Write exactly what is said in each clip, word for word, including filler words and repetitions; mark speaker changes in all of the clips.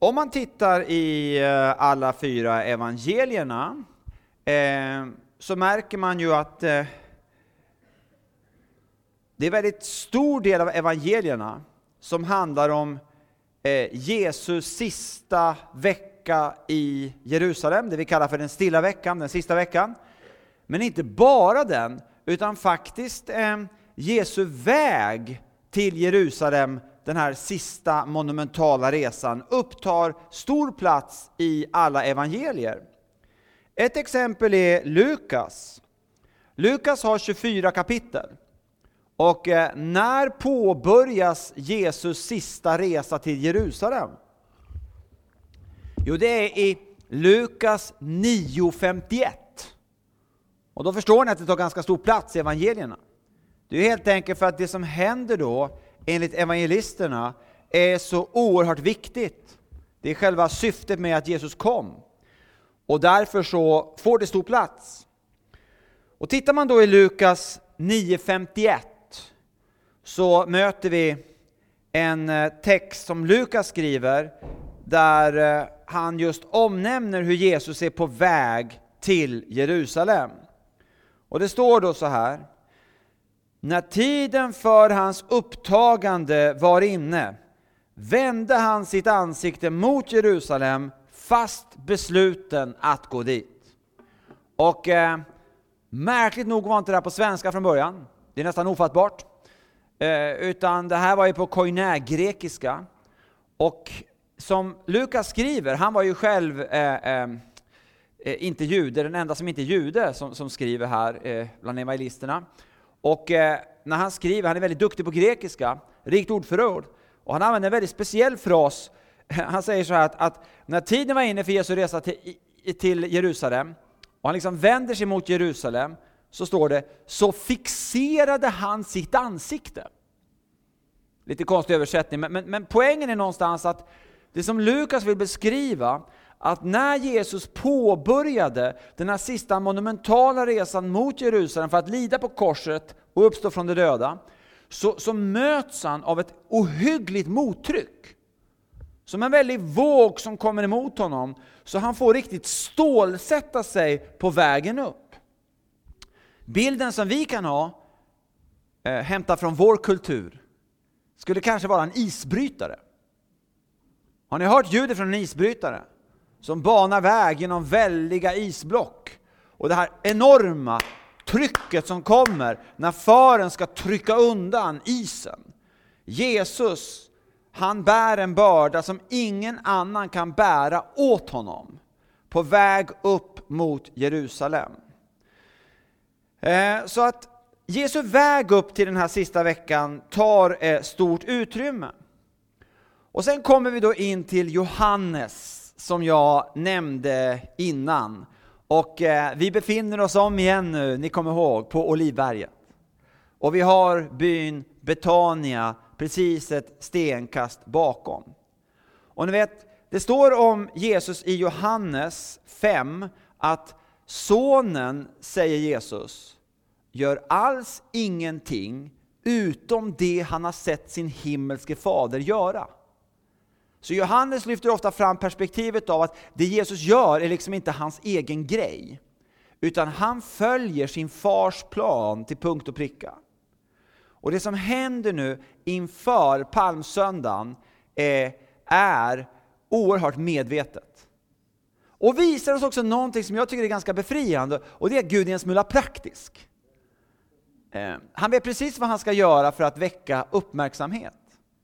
Speaker 1: Om man tittar i eh, alla fyra evangelierna eh, så märker man ju att eh, det är en väldigt stor del av evangelierna som handlar om eh, Jesus sista vecka i Jerusalem, det vi kallar för den stilla veckan, den sista veckan. Men inte bara den, utan faktiskt eh, Jesu väg till Jerusalem, den här sista monumentala resan, upptar stor plats i alla evangelier. Ett exempel är Lukas. Lukas har tjugofyra kapitel. Och eh, när påbörjas Jesus sista resa till Jerusalem? Jo, det är i Lukas nio femtioett. Och då förstår ni att det tar ganska stor plats i evangelierna. Det är helt enkelt för att det som händer då, enligt evangelisterna, är så oerhört viktigt. Det är själva syftet med att Jesus kom. Och därför så får det stor plats. Och tittar man då i Lukas nio femtioett så möter vi en text som Lukas skriver där han just omnämner hur Jesus är på väg till Jerusalem. Och det står då så här: när tiden för hans upptagande var inne vände han sitt ansikte mot Jerusalem, fast besluten att gå dit. Och eh, märkligt nog var inte det här på svenska från början. Det är nästan ofattbart. Eh, utan det här var ju på koinä-grekiska. Och som Lukas skriver, han var ju själv eh, eh, inte jude, den enda som inte är jude som, som skriver här eh, bland evangelisterna. Och eh, när han skriver, han är väldigt duktig på grekiska, rikt ordförråd. Och han använder en väldigt speciell fras. Han säger så här att, att när tiden var inne för Jesu resa till, till Jerusalem, och han liksom vänder sig mot Jerusalem, så står det: så fixerade han sitt ansikte. Lite konstig översättning, men, men, men poängen är någonstans att det som Lukas vill beskriva, att när Jesus påbörjade den här sista monumentala resan mot Jerusalem för att lida på korset och uppstå från de döda, så, så möts han av ett ohyggligt mottryck. Som en väldig våg som kommer emot honom, så han får riktigt stålsätta sig på vägen upp. Bilden som vi kan ha, eh, hämta från vår kultur, skulle kanske vara en isbrytare. Har ni hört ljudet från en isbrytare? Som banar väg genom väldiga isblock. Och det här enorma trycket som kommer när fören ska trycka undan isen. Jesus, han bär en börda som ingen annan kan bära åt honom. På väg upp mot Jerusalem. Eh, så att Jesu väg upp till den här sista veckan tar eh, stort utrymme. Och sen kommer vi då in till Johannes, som jag nämnde innan. Och eh, vi befinner oss om igen nu, ni kommer ihåg, på Olivberget. Och vi har byn Betania precis ett stenkast bakom. Och ni vet, det står om Jesus i Johannes fem att sonen, säger Jesus, gör alls ingenting utom det han har sett sin himmelske fader göra. Så Johannes lyfter ofta fram perspektivet av att det Jesus gör är liksom inte hans egen grej. Utan han följer sin fars plan till punkt och pricka. Och det som händer nu inför palmsöndagen är, är oerhört medvetet. Och visar oss också någonting som jag tycker är ganska befriande. Och det är att Gud är en smula praktisk. Eh, han vet precis vad han ska göra för att väcka uppmärksamhet.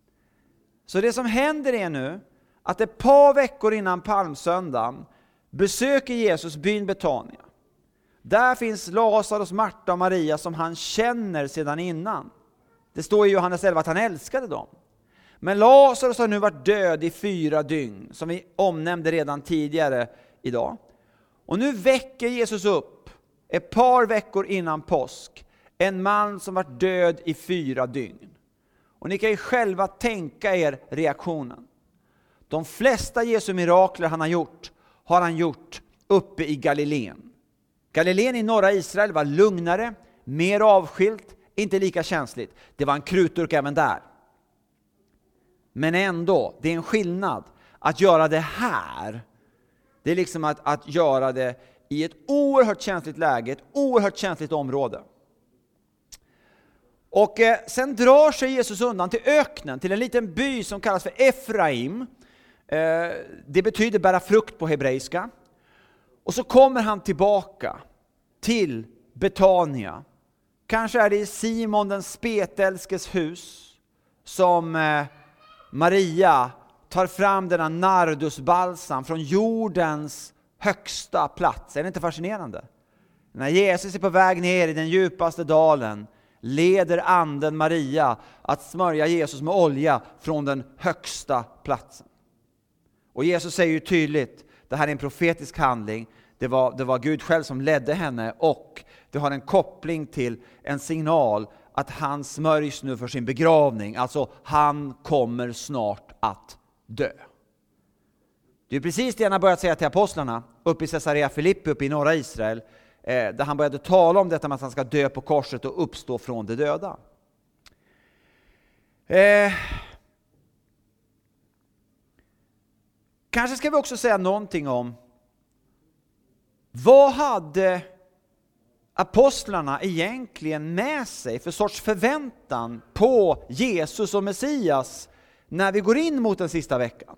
Speaker 1: Så det som händer är nu att ett par veckor innan palmsöndagen besöker Jesus byn Betania. Där finns Lazarus, Marta och Maria som han känner sedan innan. Det står i Johannes elva att han älskade dem. Men Lazarus har nu varit död i fyra dygn, som vi omnämnde redan tidigare idag. Och nu väcker Jesus upp ett par veckor innan påsk en man som varit död i fyra dygn. Och ni kan ju själva tänka er reaktionen. De flesta Jesu mirakler han har gjort, har han gjort uppe i Galileen. Galileen i norra Israel var lugnare, mer avskilt, inte lika känsligt. Det var en krutdurk även där. Men ändå, det är en skillnad att göra det här, det är liksom att, att göra det i ett oerhört känsligt läge, ett oerhört känsligt område. Och eh, sen drar sig Jesus undan till öknen, till en liten by som kallas för Efraim. Eh, det betyder bära frukt på hebreiska. Och så kommer han tillbaka till Betania. Kanske är det i Simon den spetälskes hus som eh, Maria tar fram denna nardusbalsam från jordens högsta plats. Är det inte fascinerande? När Jesus är på väg ner i den djupaste dalen leder anden Maria att smörja Jesus med olja från den högsta platsen. Och Jesus säger ju tydligt, det här är en profetisk handling. Det var, det var Gud själv som ledde henne, och det har en koppling till en signal att han smörjs nu för sin begravning. Alltså, han kommer snart att dö. Det är precis det han har börjat säga till apostlarna uppe i Caesarea Filippi, uppe i norra Israel. Eh, där han började tala om detta med att han ska dö på korset och uppstå från de döda. Eh, kanske ska vi också säga någonting om vad hade apostlarna egentligen med sig för sorts förväntan på Jesus och Messias när vi går in mot den sista veckan.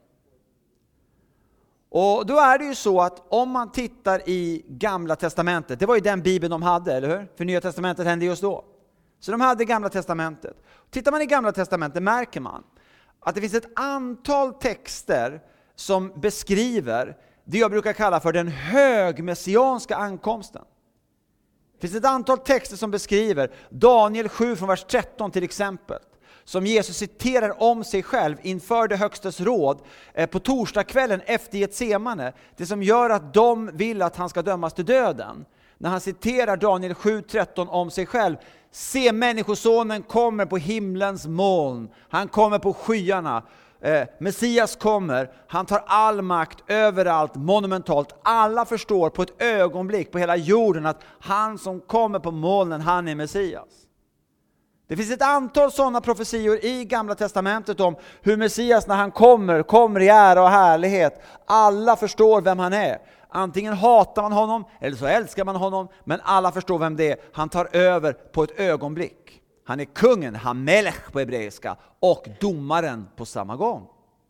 Speaker 1: Och då är det ju så att om man tittar i Gamla testamentet, det var ju den Bibeln de hade, eller hur? För Nya testamentet hände just då. Så de hade Gamla testamentet. Tittar man i Gamla testamentet märker man att det finns ett antal texter som beskriver det jag brukar kalla för den högmessianska ankomsten. Det finns ett antal texter som beskriver Daniel sju från vers tretton till exempel, som Jesus citerar om sig själv inför det högstes råd på torsdagskvällen efter Getsemane. Det som gör att de vill att han ska dömas till döden. När han citerar Daniel sju tretton om sig själv. Se, människosonen kommer på himlens moln. Han kommer på skyarna. Eh, Messias kommer. Han tar all makt överallt, monumentalt. Alla förstår på ett ögonblick på hela jorden att han som kommer på molnen, han är Messias. Det finns ett antal sådana profetior i Gamla testamentet om hur Messias när han kommer, kommer i ära och härlighet. Alla förstår vem han är. Antingen hatar man honom eller så älskar man honom, men alla förstår vem det är. Han tar över på ett ögonblick. Han är kungen, Hamelech på hebreiska, och domaren på samma gång.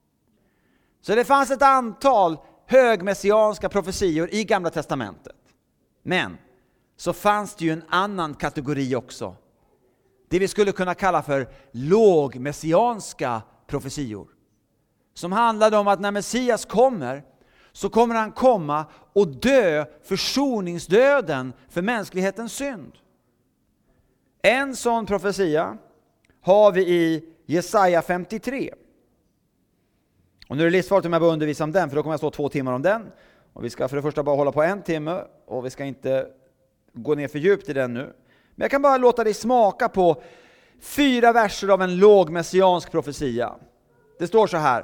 Speaker 1: Så det fanns ett antal högmessianska profetior i Gamla testamentet. Men så fanns det ju en annan kategori också. Det vi skulle kunna kalla för lågmessianska profetior. Som handlade om att när Messias kommer så kommer han komma och dö försoningsdöden för mänsklighetens synd. En sån profetia har vi i Jesaja femtiotre. Och nu är det livsfarligt om jag börjar undervisa om den, för då kommer jag stå två timmar om den. Och vi ska för det första bara hålla på en timme, och vi ska inte gå ner för djupt i den nu. Men jag kan bara låta dig smaka på fyra verser av en lågmessiansk profetia. Det står så här.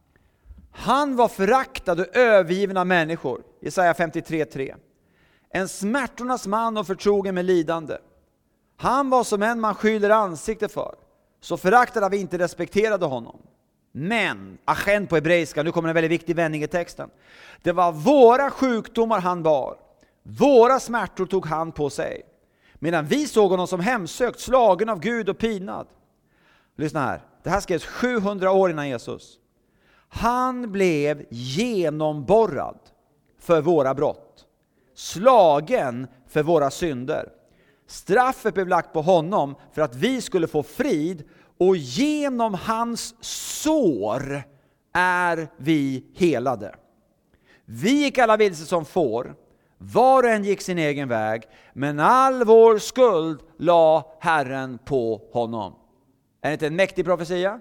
Speaker 1: Han var föraktad och övergiven av människor. Jesaja femtiotre tre. En smärtornas man och förtrogen med lidande. Han var som en man skyller ansikte för. Så föraktad att vi inte respekterade honom. Men, achen på hebreiska, nu kommer en väldigt viktig vändning i texten. Det var våra sjukdomar han bar. Våra smärtor tog han på sig. Medan vi såg honom som hemsökt, slagen av Gud och pinad. Lyssna här. Det här skrevs sjuhundra år innan Jesus. Han blev genomborrad för våra brott. Slagen för våra synder. Straffet blev lagt på honom för att vi skulle få frid. Och genom hans sår är vi helade. Vi gick alla vilse som får. Var och en gick sin egen väg, men all vår skuld la Herren på honom. Är det inte en mäktig profetia?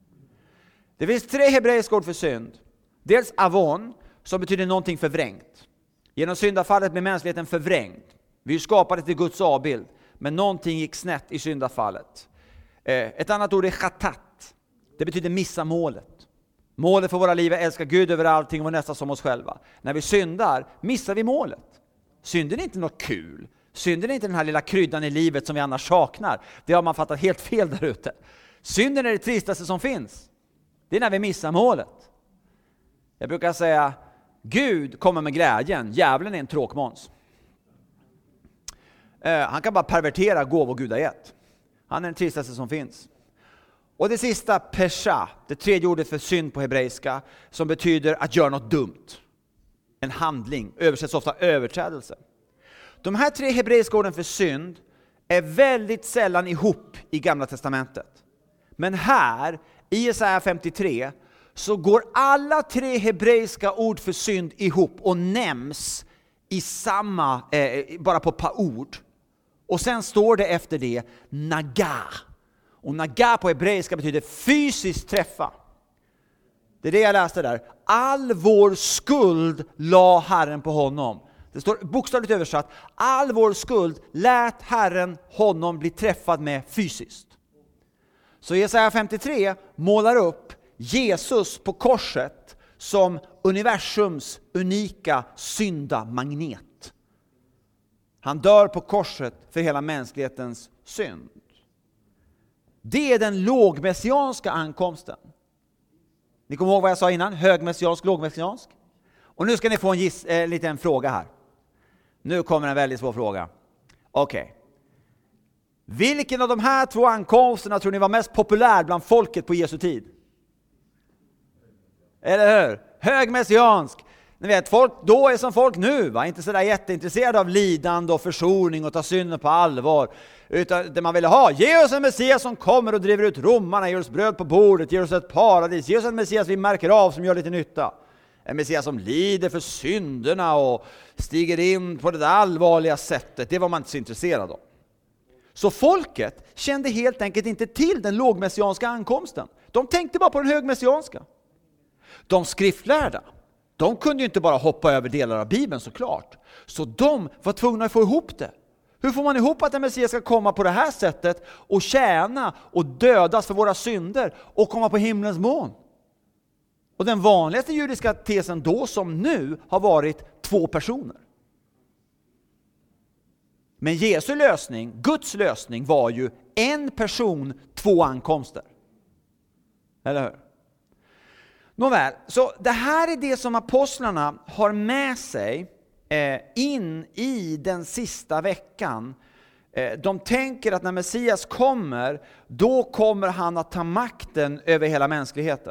Speaker 1: Det finns tre hebreiska ord för synd. Dels avon, som betyder någonting förvrängt. Genom syndafallet blev mänskligheten förvrängd. Vi är skapade till Guds avbild, men någonting gick snett i syndafallet. Ett annat ord är chatat. Det betyder missa målet. Målet för våra liv är att älska Gud över allting och vår nästa som oss själva. När vi syndar missar vi målet. Synden är inte något kul. Synden är inte den här lilla kryddan i livet som vi annars saknar. Det har man fattat helt fel där ute. Synden är det tristaste som finns. Det är när vi missar målet. Jag brukar säga, Gud kommer med glädjen, djävulen är en tråkmåns. Eh, han kan bara pervertera gåvor Gud har gett. Han är den tristaste som finns. Och det sista, pesha, det tredje ordet för synd på hebreiska, som betyder att göra något dumt. En handling, översätts ofta överträdelse. De här tre hebreiska orden för synd är väldigt sällan ihop i Gamla testamentet. Men här, i Jesaja femtiotre, så går alla tre hebreiska ord för synd ihop och nämns i samma, eh, bara på ett par ord. Och sen står det efter det, naga. Och naga på hebreiska betyder fysiskt träffa. Det är det jag läste där. All vår skuld la Herren på honom. Det står bokstavligt översatt. All vår skuld lät Herren honom bli träffad med fysiskt. Så Jesaja femtiotre målar upp Jesus på korset som universums unika syndamagnet. Han dör på korset för hela mänsklighetens synd. Det är den lågmessianska ankomsten. Ni kommer ihåg vad jag sa innan? Högmessiansk, lågmessiansk. Och nu ska ni få en giss, eh, liten fråga här. Nu kommer en väldigt svår fråga. Okej. Okay. Vilken av de här två ankomsterna tror ni var mest populär bland folket på Jesu tid? Eller hur? Högmessiansk. Ni vet, folk då är som folk nu, va? Inte så där jätteintresserade av lidande och försoning och ta synden på allvar. Utan det man ville ha, ge oss en Messias som kommer och driver ut romarna, ger oss bröd på bordet, ger oss ett paradis, ge oss en Messias vi märker av som gör lite nytta. En Messias som lider för synderna och stiger in på det där allvarliga sättet, det var man inte så intresserad av. Så folket kände helt enkelt inte till den lågmessianska ankomsten. De tänkte bara på den högmessianska. De skriftlärda, de kunde ju inte bara hoppa över delar av Bibeln såklart. Så de var tvungna att få ihop det. Hur får man ihop att en Messias ska komma på det här sättet och tjäna och dödas för våra synder och komma på himlens moln? Och den vanligaste judiska tesen då som nu har varit två personer. Men Jesu lösning, Guds lösning var ju en person, två ankomster. Eller hur? Nåväl, så det här är det som apostlarna har med sig eh, in i den sista veckan. Eh, de tänker att när Messias kommer, då kommer han att ta makten över hela mänskligheten.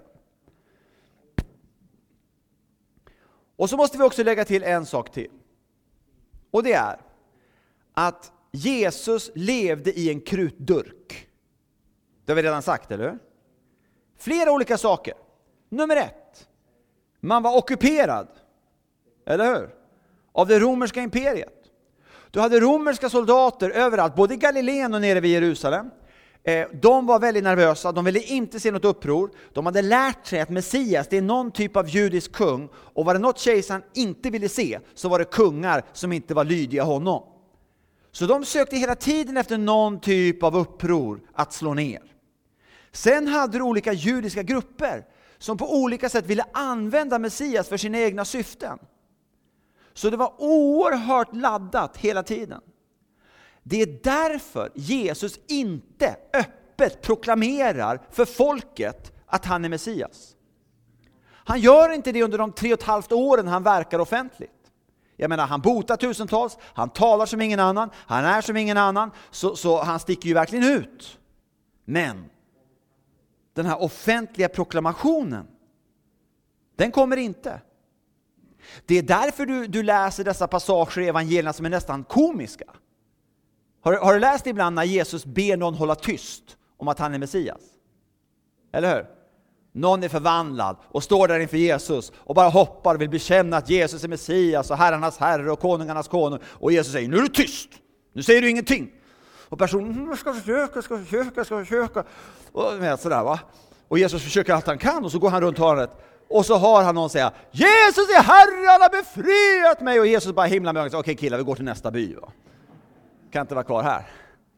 Speaker 1: Och så måste vi också lägga till en sak till. Och det är att Jesus levde i en krutdurk. Det har vi redan sagt, eller hur? Flera olika saker. Nummer ett. Man var ockuperad. Eller hur? Av det romerska imperiet. Du hade romerska soldater överallt, både i Galileen och nere vid Jerusalem. De var väldigt nervösa, de ville inte se något uppror. De hade lärt sig att Messias, det är någon typ av judisk kung. Och var det något kejsaren inte ville se, så var det kungar som inte var lydiga honom. Så de sökte hela tiden efter någon typ av uppror att slå ner. Sen hade du olika judiska grupper som på olika sätt ville använda Messias för sina egna syften. Så det var oerhört laddat hela tiden. Det är därför Jesus inte öppet proklamerar för folket att han är Messias. Han gör inte det under de tre och ett halvt åren han verkar offentligt. Jag menar, han botar tusentals, han talar som ingen annan, han är som ingen annan, så, så han sticker ju verkligen ut. Men den här offentliga proklamationen, den kommer inte. Det är därför du, du läser dessa passager i evangelierna som är nästan komiska. Har, har du läst ibland när Jesus ber någon hålla tyst om att han är Messias? Eller hur? Någon är förvandlad och står där inför Jesus och bara hoppar och vill bekänna att Jesus är Messias och herrarnas herre och konungarnas konung. Och Jesus säger, nu är du tyst, nu säger du ingenting. Och personen, jag ska försöka, ska försöka, ska försöka. Och, sådär, va? Och Jesus försöker allt han kan och så går han runt hörnet. Och så har han någon säga, Jesus är Herre, han har befriat mig. Och Jesus bara himlar med ögonen och säger, okej killar, vi går till nästa by. Va? Kan inte vara kvar här.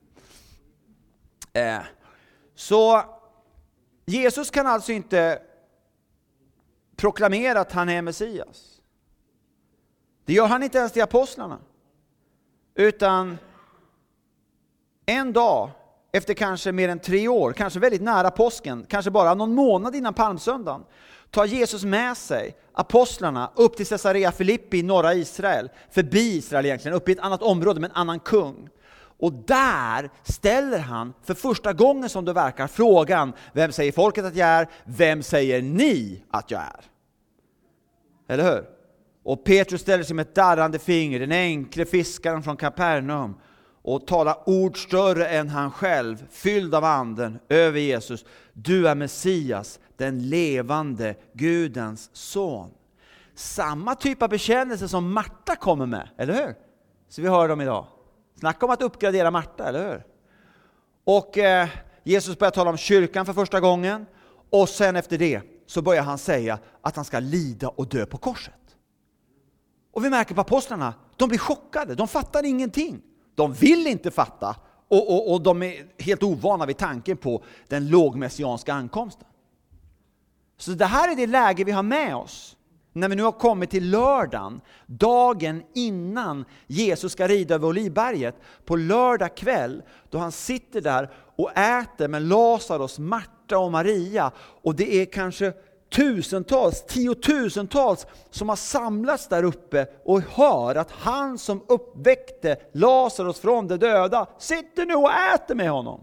Speaker 1: Eh, så Jesus kan alltså inte proklamera att han är Messias. Det gör han inte ens till apostlarna. Utan en dag efter kanske mer än tre år, kanske väldigt nära påsken, kanske bara någon månad innan palmsöndagen, tar Jesus med sig apostlarna upp till Caesarea Filippi i norra Israel, förbi Israel egentligen, upp i ett annat område med en annan kung. Och där ställer han för första gången som det verkar frågan: vem säger folket att jag är? Vem säger ni att jag är? Eller hur? Och Petrus ställer sig med ett darrande finger, den enkle fiskaren från Kapernaum, och talar ord större än han själv, fylld av anden, över Jesus. Du är Messias, den levande Gudens son. Samma typ av bekännelse som Marta kommer med, eller hur? Så vi hör dem idag. Snacka om att uppgradera Marta, eller hur? Och eh, Jesus börjar tala om kyrkan för första gången. Och sen efter det så börjar han säga att han ska lida och dö på korset. Och vi märker på apostlarna, de blir chockade, de fattar ingenting. De vill inte fatta och, och, och de är helt ovana vid tanken på den lågmessianska ankomsten. Så det här är det läge vi har med oss när vi nu har kommit till lördagen, dagen innan Jesus ska rida över Olivberget, på lördag kväll, då han sitter där och äter med Lazarus, Marta och Maria, och det är kanske tusentals, tiotusentals som har samlats där uppe och hör att han som uppväckte Lazarus från de döda sitter nu och äter med honom.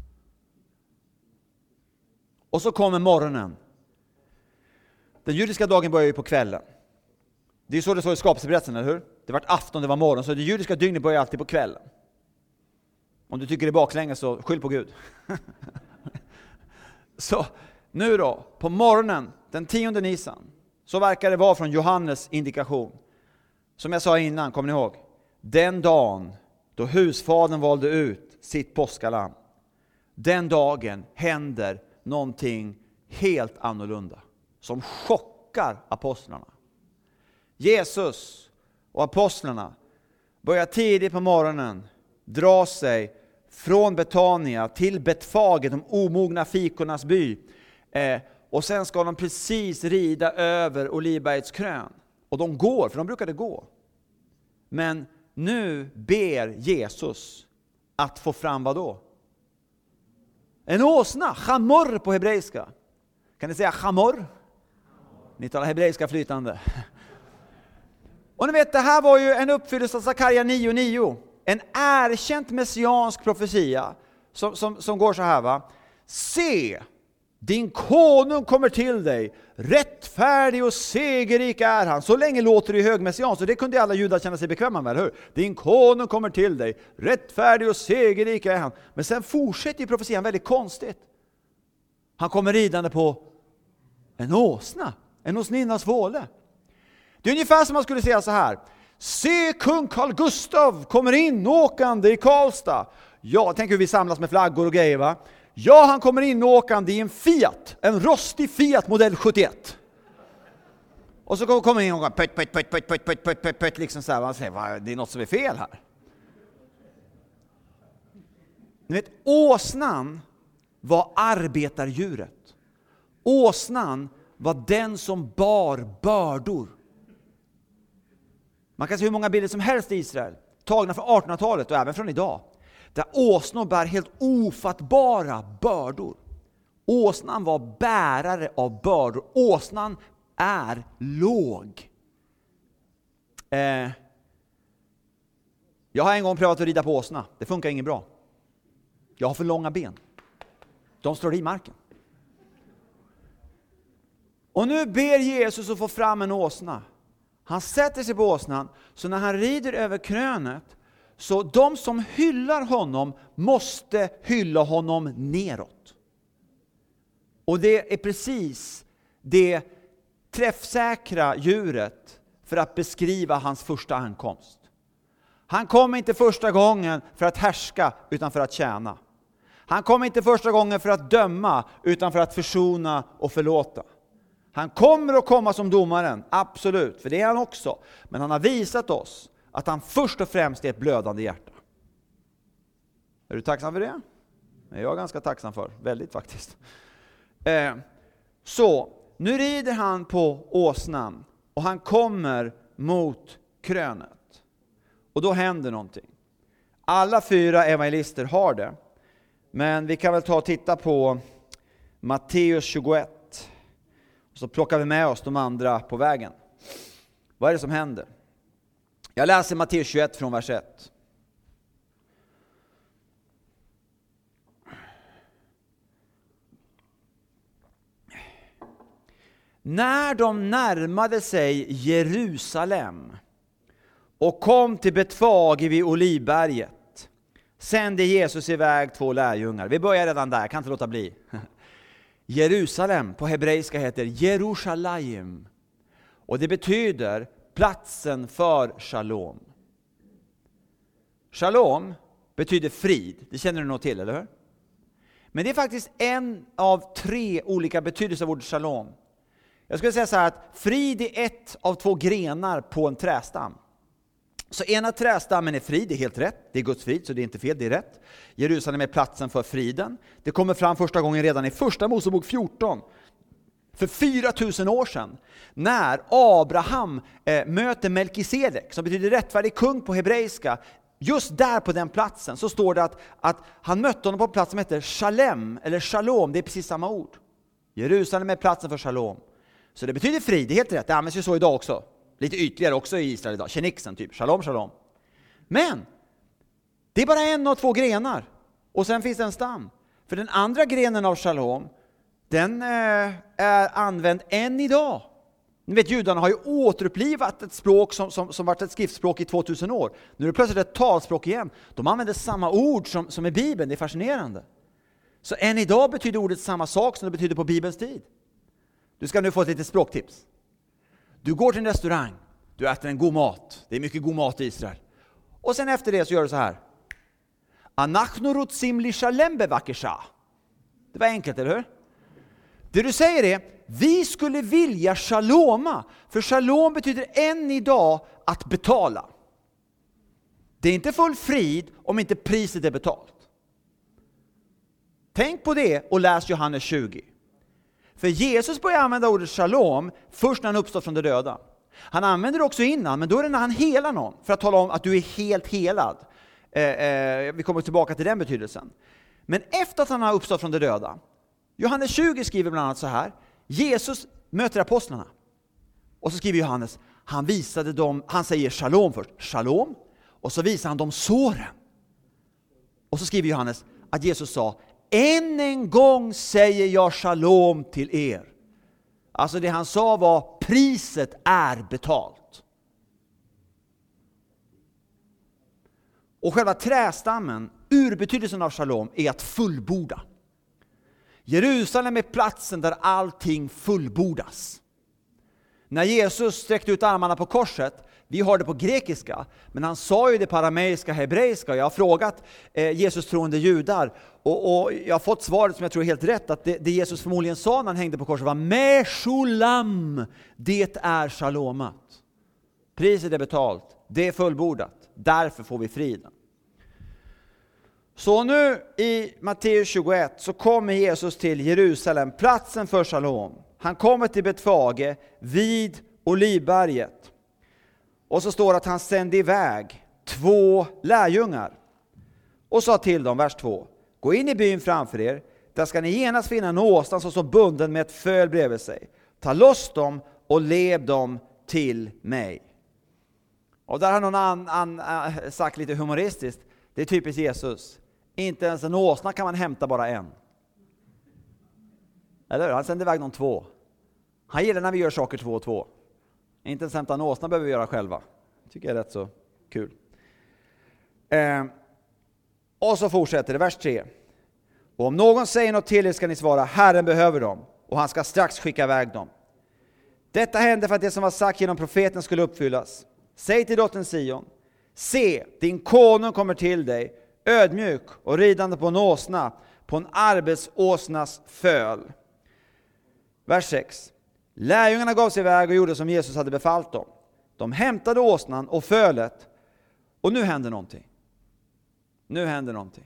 Speaker 1: Och så kommer morgonen. Den judiska dagen börjar ju på kvällen. Det är så det står i skapelseberättelsen, eller hur? Det var afton, det var morgon, så det judiska dygnet börjar alltid på kvällen. Om du tycker det är baklänges så skyll på Gud. Så nu då, på morgonen, den tionde Nisan, så verkar det vara från Johannes indikation. Som jag sa innan, kommer ni ihåg? Den dagen då husfadern valde ut sitt påskalam, den dagen händer någonting helt annorlunda som chockar apostlarna. Jesus och apostlarna börjar tidigt på morgonen dra sig från Betania till Betfage, de omogna fikornas by. Eh, och sen ska de precis rida över Olivbergets krön. Och de går, för de brukade gå. Men nu ber Jesus att få fram vad då? En åsna, chamor på hebreiska. Kan ni säga chamor? Ni talar hebreiska flytande. Och ni vet, det här var ju en uppfyllelse av Sakaria nio nio. En erkänt messiansk profetia som, som, som går så här, va? Se, din konung kommer till dig, rättfärdig och segerrik är han. Så länge låter det ju högmessianskt, så det kunde alla judar känna sig bekväma med, eller hur? Din konung kommer till dig, rättfärdig och segerrik är han. Men sen fortsätter ju profetian väldigt konstigt. Han kommer ridande på en åsna, en åsninnas våle. Det är ungefär som man skulle säga så här: se, kung Carl Gustav kommer in åkande i Karlstad. Ja, tänk hur vi samlas med flaggor och grejer, va? Ja, han kommer in åkande i en Fiat, en rostig Fiat modell sjuttioett. Och så kommer han in och går pött, pött, pött, pött, pött, pött, pött, pött, pött, liksom så här. Man säger, va, det är något som är fel här. Ni vet, åsnan var arbetardjuret. Åsnan var den som bar bördor. Man kan se hur många bilder som helst i Israel, tagna från artonhundratalet och även från idag, där åsnor bär helt ofattbara bördor. Åsnan var bärare av bördor. Åsnan är låg. Eh, jag har en gång prövat att rida på åsna. Det funkar inget bra. Jag har för långa ben. De slår i marken. Och nu ber Jesus att få fram en åsna. Han sätter sig på åsnan, så när han rider över krönet, så de som hyllar honom måste hylla honom neråt. Och det är precis det träffsäkra djuret för att beskriva hans första ankomst. Han kom inte första gången för att härska, utan för att tjäna. Han kom inte första gången för att döma, utan för att försona och förlåta. Han kommer att komma som domaren, absolut, för det är han också. Men han har visat oss att han först och främst är ett blödande hjärta. Är du tacksam för det? Jag är ganska tacksam för, väldigt faktiskt. Eh, så, nu rider han på åsnan och han kommer mot krönet. Och då händer någonting. Alla fyra evangelister har det. Men vi kan väl ta och titta på Matteus tjugoett. Så plockar vi med oss de andra på vägen. Vad är det som händer? Jag läser Matteus tjugoett från vers ett. När de närmade sig Jerusalem och kom till Betfage vid Olivberget, sände Jesus iväg två lärjungar. Vi börjar redan där, kan inte låta bli. Jerusalem på hebreiska heter Jerusalem. Och det betyder platsen för shalom. Shalom betyder frid. Det känner du nog till, eller hur? Men det är faktiskt en av tre olika betydelser av ordet shalom. Jag skulle säga så här att frid är ett av två grenar på en trästam. Så ena trästammen är frid, det är helt rätt. Det är Guds frid, så det är inte fel, det är rätt. Jerusalem är platsen för friden. Det kommer fram första gången redan i första Mosebok fjorton. För fyra tusen år sedan. När Abraham eh, möter Melkisedek, som betyder rättfärdig kung på hebreiska. Just där på den platsen så står det att, att han mötte honom på en plats som heter Shalem, eller Shalom, det är precis samma ord. Jerusalem är platsen för shalom. Så det betyder frid, det är helt rätt. Det används ju så idag också. Lite ytligare också i Israel idag. Keniksen typ, shalom, shalom. Men det är bara en av två grenar. Och sen finns det en stam. För den andra grenen av shalom, den eh, är använd än idag. Ni vet, judarna har ju återupplivat ett språk som, som, som varit ett skriftspråk i tvåtusen år. Nu är det plötsligt ett talspråk igen. De använder samma ord som, som i Bibeln, det är fascinerande. Så än idag betyder ordet samma sak som det betyder på Bibelns tid. Du ska nu få ett litet språktips. Du går till en restaurang, du äter en god mat. Det är mycket god mat i Israel. Och sen efter det så gör du så här. Anachnu rutzim li shalem bevakesha. Det var enkelt, eller hur? Det du säger är, vi skulle vilja shaloma. För shalom betyder än idag att betala. Det är inte full frid om inte priset är betalt. Tänk på det och läs Johannes tjugo. För Jesus börjar använda ordet shalom först när han uppstår från de döda. Han använder det också innan, men då är det när han helar någon. För att tala om att du är helt helad. Eh, eh, vi kommer tillbaka till den betydelsen. Men efter att han har uppstått från de döda. Johannes tjugo skriver bland annat så här. Jesus möter apostlarna. Och så skriver Johannes. Han visade dem, han säger shalom först. Shalom. Och så visar han dem såren. Och så skriver Johannes att Jesus sa. Än en gång säger jag shalom till er. Alltså det han sa var priset är betalt. Och själva trästammen, urbetydelsen av shalom, är att fullborda. Jerusalem är platsen där allting fullbordas. När Jesus sträckte ut armarna på korset, vi har det på grekiska, men han sa ju det på arameiska, hebreiska. Jag har frågat eh, Jesus troende judar och, och jag har fått svaret som jag tror är helt rätt, att det, det Jesus förmodligen sa när han hängde på korset var Meshulam, det är shalomat. Priset är betalt, det är fullbordat, därför får vi friden. Så nu i Matteus tjugoett så kommer Jesus till Jerusalem, platsen för shalom. Han kommer till Betfage vid Olivberget. Och så står det att han sände iväg två lärjungar. Och sa till dem, vers två. Gå in i byn framför er. Där ska ni genast finna en åsna som står bunden med ett föl bredvid sig. Ta loss dem och led dem till mig. Och där har någon an, an, an, sagt lite humoristiskt. Det är typiskt Jesus. Inte ens en åsna kan man hämta bara en. Eller hur? Han sände iväg de två. Han gillar när vi gör saker två och två. Inte ens hämta en åsna behöver vi göra själva. Tycker jag är rätt så kul. Eh, och så fortsätter det, vers tre. Och om någon säger något till er ska ni svara, Herren behöver dem. Och han ska strax skicka iväg dem. Detta hände för att det som var sagt genom profeten skulle uppfyllas. Säg till dottern Sion, se, din konung kommer till dig, ödmjuk och ridande på en åsna, på en arbetsåsnas föl. Vers sex. Lärjungarna gav sig iväg och gjorde som Jesus hade befallt dem. De hämtade åsnan och fölet. Och nu händer någonting. Nu händer någonting.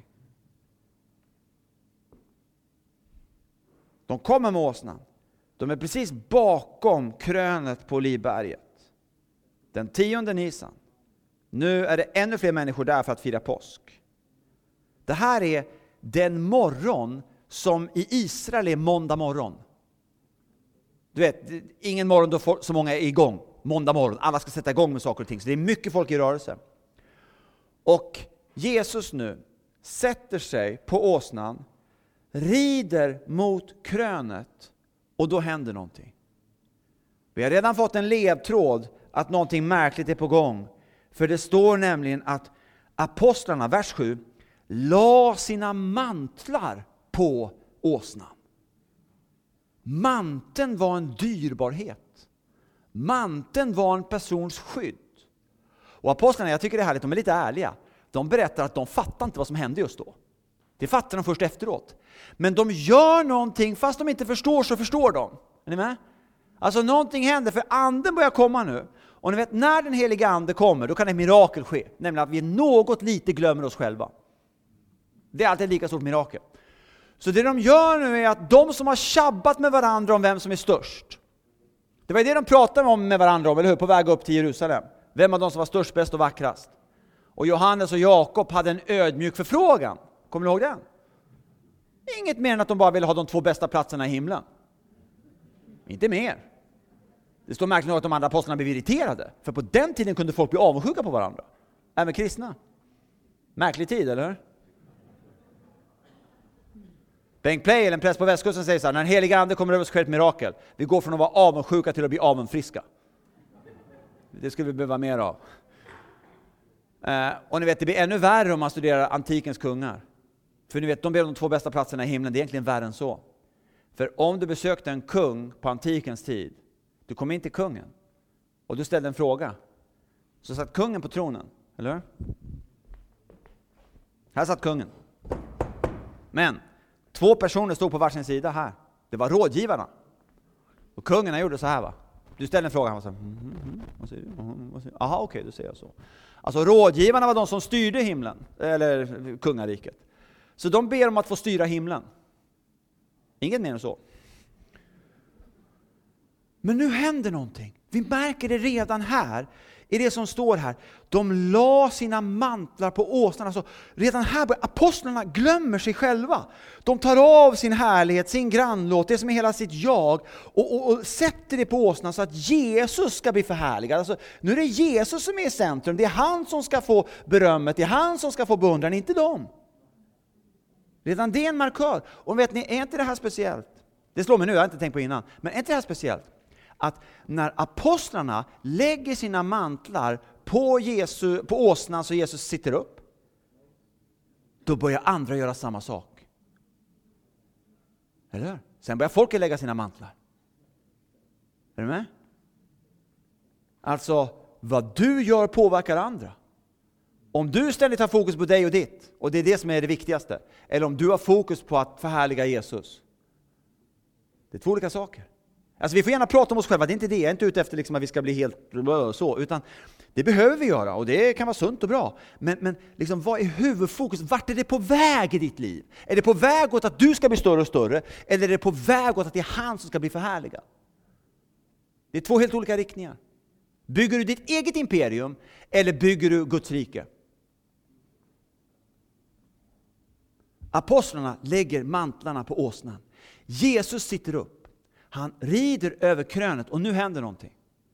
Speaker 1: De kommer med åsnan. De är precis bakom krönet på Olivberget. Den tionde Nisan. Nu är det ännu fler människor där för att fira påsk. Det här är den morgon som i Israel är måndag morgon. Du vet, ingen morgon då så många är igång. Måndag morgon, alla ska sätta igång med saker och ting. Så det är mycket folk i rörelse. Och Jesus nu sätter sig på åsnan, rider mot krönet, och då händer någonting. Vi har redan fått en ledtråd att någonting märkligt är på gång. För det står nämligen att apostlarna, vers sju, la sina mantlar på åsnan. Manteln var en dyrbarhet. Manteln var en persons skydd. Och apostlarna, jag tycker det är härligt, de är lite ärliga. De berättar att de fattar inte vad som hände just då. Det fattar de först efteråt. Men de gör någonting, fast de inte förstår så förstår de. Är ni med? Alltså någonting händer, för anden börjar komma nu. Och ni vet, när den heliga ande kommer, då kan ett mirakel ske. Nämligen att vi något lite glömmer oss själva. Det är alltid ett lika stort mirakel. Så det de gör nu är att de som har tjabbat med varandra om vem som är störst. Det var det de pratade om med varandra om, eller hur? På väg upp till Jerusalem. Vem av de som var störst, bäst och vackrast? Och Johannes och Jakob hade en ödmjuk förfrågan. Kommer ni ihåg den? Inget mer än att de bara ville ha de två bästa platserna i himlen. Inte mer. Det står märkligt nog att de andra apostlarna blev irriterade. För på den tiden kunde folk bli avundsjuka på varandra. Även kristna. Märklig tid, eller hur? Bengt Pleijel, en präst på västkusten, säger så här: när den heliga ande kommer över så sker ett mirakel. Vi går från att vara avundsjuka till att bli avundsfriska. Det skulle vi behöva mer av. Eh, och ni vet, det blir ännu värre om man studerar antikens kungar. För ni vet, de ber om de två bästa platserna i himlen. Det är egentligen värre än så. För om du besökte en kung på antikens tid, du kom in till kungen och du ställde en fråga, så satt kungen på tronen, eller hur? Här satt kungen. Men två personer stod på varsin sida här. Det var rådgivarna. Och kungarna gjorde så här, va? Du ställde en fråga, han var så här, mm, mm, mm, vad säger du? Mm, vad säger du? Aha, okej, okay, då säger jag så. Alltså rådgivarna var de som styrde himlen, eller kungariket. Så de ber om att få styra himlen. Inget mer än så. Men nu händer någonting. Vi märker det redan här. I det som står här. De la sina mantlar på åsnan. Alltså, redan här börjar apostlarna glömmer sig själva. De tar av sin härlighet, sin grannlåt, det som är hela sitt jag. Och, och, och sätter det på åsnan så att Jesus ska bli förhärligad. Alltså, nu är det Jesus som är i centrum. Det är han som ska få berömmet. Det är han som ska få beundran, inte dem. Redan det är en markör. Och vet ni, är inte det här speciellt? Det slår mig nu, jag har inte tänkt på innan. Men är inte det här speciellt? Att när apostlarna lägger sina mantlar på, Jesu, på åsnan så Jesus sitter upp, då börjar andra göra samma sak. Eller hur? Sen börjar folket lägga sina mantlar. Är du med? Alltså, vad du gör påverkar andra. Om du ständigt har fokus på dig och ditt, och det är det som är det viktigaste, eller om du har fokus på att förhärliga Jesus. Det är två olika saker. Alltså vi får gärna prata om oss själva, det är inte det. Jag är inte ute efter liksom att vi ska bli helt så, utan det behöver vi göra och det kan vara sunt och bra. Men, men liksom, vad är huvudfokus? Vart är det på väg i ditt liv? Är det på väg åt att du ska bli större och större? Eller är det på väg åt att det är han som ska bli förhärligad? Det är två helt olika riktningar. Bygger du ditt eget imperium eller bygger du Guds rike? Apostlarna lägger mantlarna på åsnan. Jesus sitter upp. Han rider över krönet och nu händer någonting.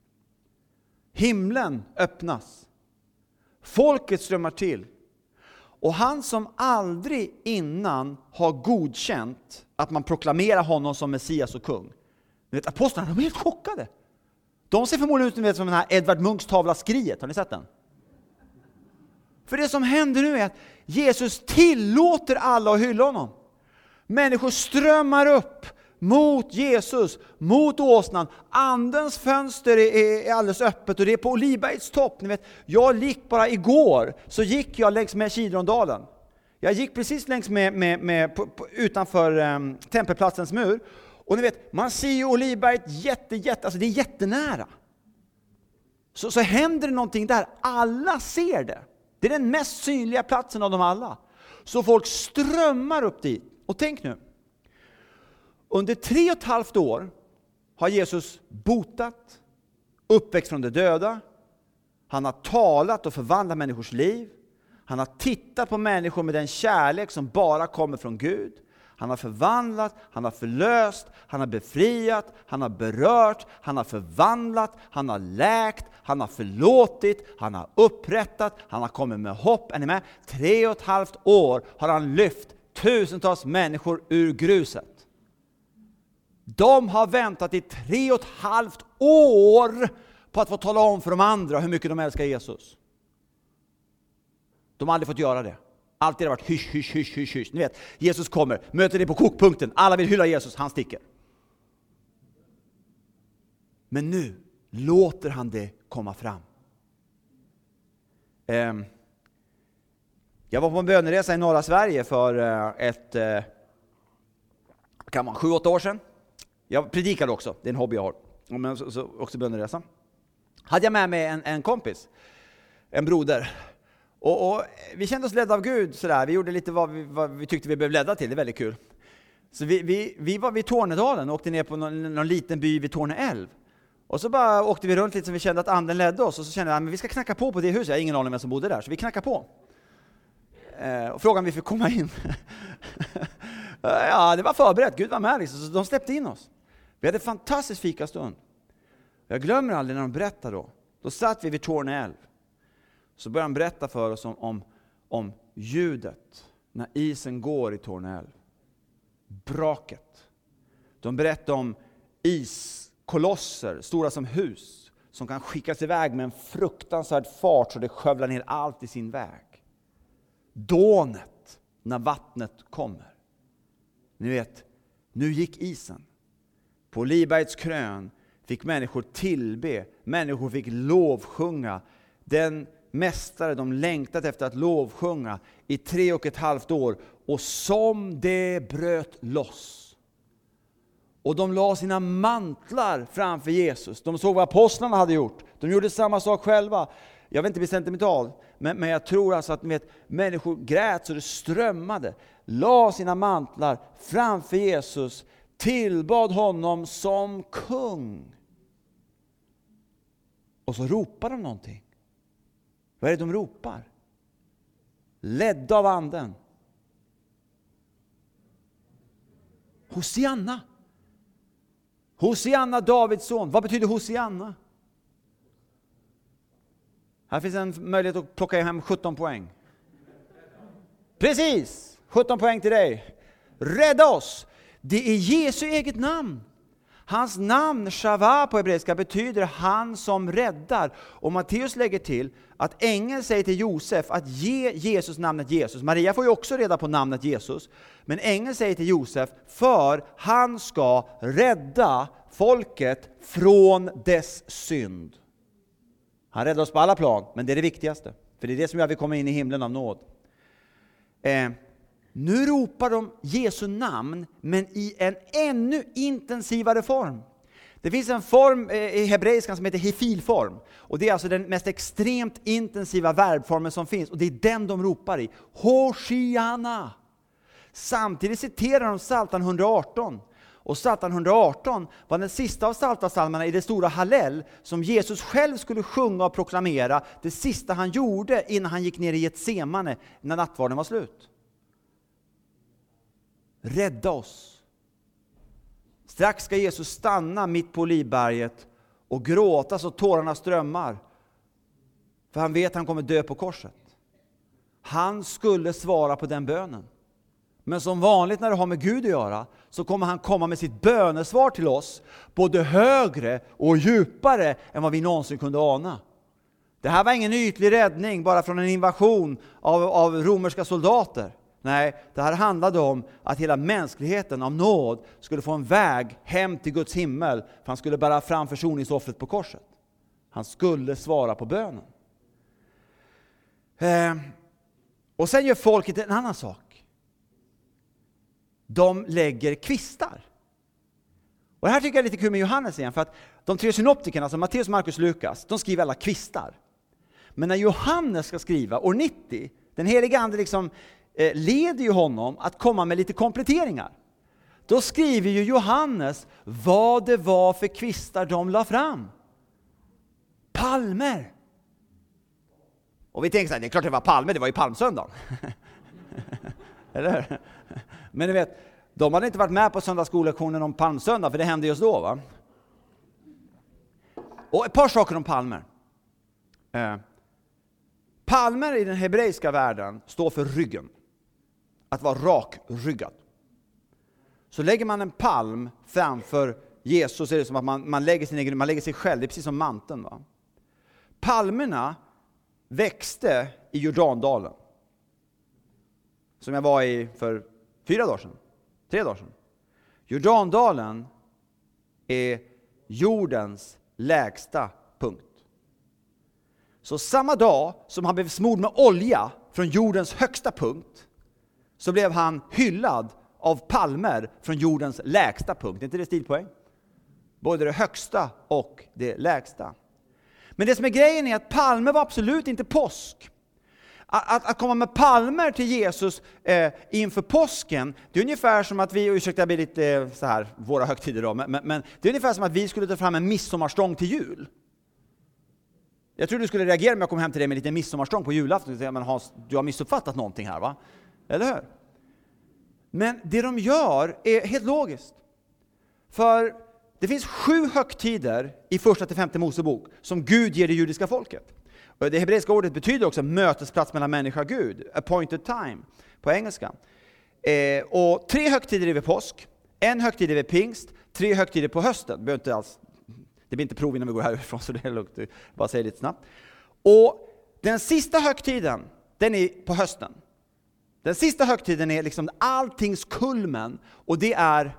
Speaker 1: Himlen öppnas. Folket strömmar till. Och han som aldrig innan har godkänt att man proklamerar honom som Messias och kung. Ni vet, apostlarna, de är helt chockade. De ser förmodligen ut, ni vet, som den här Edvard Munchs tavla Skriet. Har ni sett den? För det som händer nu är att Jesus tillåter alla att hylla honom. Människor strömmar upp mot Jesus, mot åsnan. Andens fönster är, är alldeles öppet och det är på Olivbergs topp. Ni vet, jag gick bara igår, så gick jag längs med Kidrondalen. Jag gick precis längs med, med, med på, på, utanför um, tempelplatsens mur. Och ni vet, man ser ju Olivberget jätte, jätte, alltså det är jättenära. Så, så händer det någonting där. Alla ser det. Det är den mest synliga platsen av dem alla. Så folk strömmar upp dit. Och tänk nu. Under tre och ett halvt år har Jesus botat, uppväxt från de döda. Han har talat och förvandlat människors liv. Han har tittat på människor med den kärlek som bara kommer från Gud. Han har förvandlat, han har förlöst, han har befriat, han har berört, han har förvandlat, han har läkt, han har förlåtit, han har upprättat, han har kommit med hopp. Är ni med? Tre och ett halvt år har han lyft tusentals människor ur gruset. De har väntat i tre och ett halvt år på att få tala om för de andra hur mycket de älskar Jesus. De har aldrig fått göra det. Alltid har varit hysch, hysch, hysch, hysch, hysch. Ni vet, Jesus kommer, möter det på kokpunkten. Alla vill hylla Jesus, han sticker. Men nu låter han det komma fram. Um, jag var på en böneresa i norra Sverige för uh, ett uh, kan man, sju, åtta år sedan. Jag predikade också, det är en hobby jag har. Men så, så, också böneresa. Hade jag med mig en, en kompis, en broder. Och, och vi kände oss ledda av Gud sådär. Vi gjorde lite vad vi, vad vi tyckte vi blev ledda till. Det är väldigt kul. Så vi, vi, vi var vid Tornedalen och åkte ner på någon, någon liten by vid Torne älv. Och så bara åkte vi runt lite som vi kände att anden ledde oss. Och så kände jag att vi ska knacka på på det huset. Jag har ingen aning om vem som bodde där. Så vi knackade på. Eh, och frågade om vi fick komma in. Ja, det var förberett. Gud var med liksom. Så de släppte in oss. Vi hade en fantastisk fikastund. Jag glömmer aldrig när de berättade då. Då satt vi vid Torne älv. Så började han berätta för oss om, om, om ljudet när isen går i Torne älv. Braket. De berättade om iskolosser, stora som hus, som kan skickas iväg med en fruktansvärd fart så det skövlar ner allt i sin väg. Dånet när vattnet kommer. Ni vet, nu gick isen. På Libergs krön fick människor tillbe, människor fick lovsjunga. Den mästare de längtat efter att lovsjunga i tre och ett halvt år. Och som det bröt loss. Och de la sina mantlar framför Jesus. De såg vad apostlarna hade gjort. De gjorde samma sak själva. Jag vet inte bli sentimental, men, men jag tror alltså att vet, människor grät så det strömmade. La sina mantlar framför Jesus. Tillbad honom som kung. Och så ropar de någonting. Vad är det de ropar? Ledda av anden. Hosianna. Hosianna, Davids son. Vad betyder Hosianna? Här finns en möjlighet att plocka hem sjutton poäng. Precis! sjutton poäng till dig. Rädda oss. Det är Jesu eget namn. Hans namn, Shava på hebreiska, betyder han som räddar. Och Matteus lägger till att ängeln säger till Josef att ge Jesus namnet Jesus. Maria får ju också reda på namnet Jesus. Men ängeln säger till Josef, för han ska rädda folket från dess synd. Han räddar oss på alla plan, men det är det viktigaste. För det är det som gör att vi kommer in i himlen av nåd. Eh, nu ropar de Jesu namn, men i en ännu intensivare form. Det finns en form i hebreiskan som heter hefilform. Och det är alltså den mest extremt intensiva verbformen som finns. Och det är den de ropar i. Hosianna. Samtidigt citerar de Psaltaren hundraarton. Och Psaltaren hundraarton var den sista av psaltarpsalmerna i det stora Hallel som Jesus själv skulle sjunga och proklamera. Det sista han gjorde innan han gick ner i Getsemane när nattvarden var slut. Rädda oss. Strax ska Jesus stanna mitt på Olivberget och gråta så tårarna strömmar. För han vet att han kommer dö på korset. Han skulle svara på den bönen. Men som vanligt när det har med Gud att göra så kommer han komma med sitt bönesvar till oss både högre och djupare än vad vi någonsin kunde ana. Det här var ingen ytlig räddning bara från en invasion av, av romerska soldater. Nej, det här handlade om att hela mänskligheten av nåd skulle få en väg hem till Guds himmel. För han skulle bära fram försoningsoffret på korset. Han skulle svara på bönen. Eh, och sen gör folket en annan sak. De lägger kvistar. Och det här tycker jag är lite kul med Johannes igen. För att de tre synoptikerna, alltså Matteus, Markus, Lukas, de skriver alla kvistar. Men när Johannes ska skriva, år nittio, den heliga ande liksom eh, leder ju honom att komma med lite kompletteringar. Då skriver ju Johannes vad det var för kvistar de la fram. Palmer. Och vi tänker så här, det är klart det var palmer, det var ju palmsöndagen. Eller? Men ni vet, De hade inte varit med på söndagsskolektionen om palmsöndag, för det hände just då, va? Och ett par saker om palmer. Eh, palmer i den hebreiska världen står för ryggen. Att vara rakryggad. Så lägger man en palm framför Jesus, är det som att man, man, lägger sin egen, man lägger sig själv. Det är precis som manteln, va? Palmerna växte i Jordandalen. Som jag var i för fyra dagar sedan. Tre dagar sedan. Jordandalen är jordens lägsta punkt. Så samma dag som han blev smord med olja från jordens högsta punkt, så blev han hyllad av palmer från jordens lägsta punkt. Är inte det stilpoäng? Både det högsta och det lägsta. Men det som är grejen är att palmer var absolut inte påsk. Att, att, att komma med palmer till Jesus eh, inför påsken, det är ungefär som att vi, ursäkta jag blir lite eh, så här, våra högtider då, men, men det är ungefär som att vi skulle ta fram en midsommarstång till jul. Jag tror du skulle reagera om jag kom hem till dig med lite midsommarstång på julafton och säga, men Hans, du har missuppfattat någonting här, va? Eller hur? Men det de gör är helt logiskt. För det finns sju högtider i första till femte Mosebok som Gud ger det judiska folket. Och det hebreiska ordet betyder också mötesplats mellan människa och Gud. Appointed time på engelska. Eh, och tre högtider är vid påsk. En högtid är vid pingst. Tre högtider på hösten. Det, inte alls, det blir inte prov innan vi går härifrån, så det är lugnt. Bara säga lite snabbt. Och den sista högtiden, den är på hösten. Den sista högtiden är liksom alltings kulmen. Och det är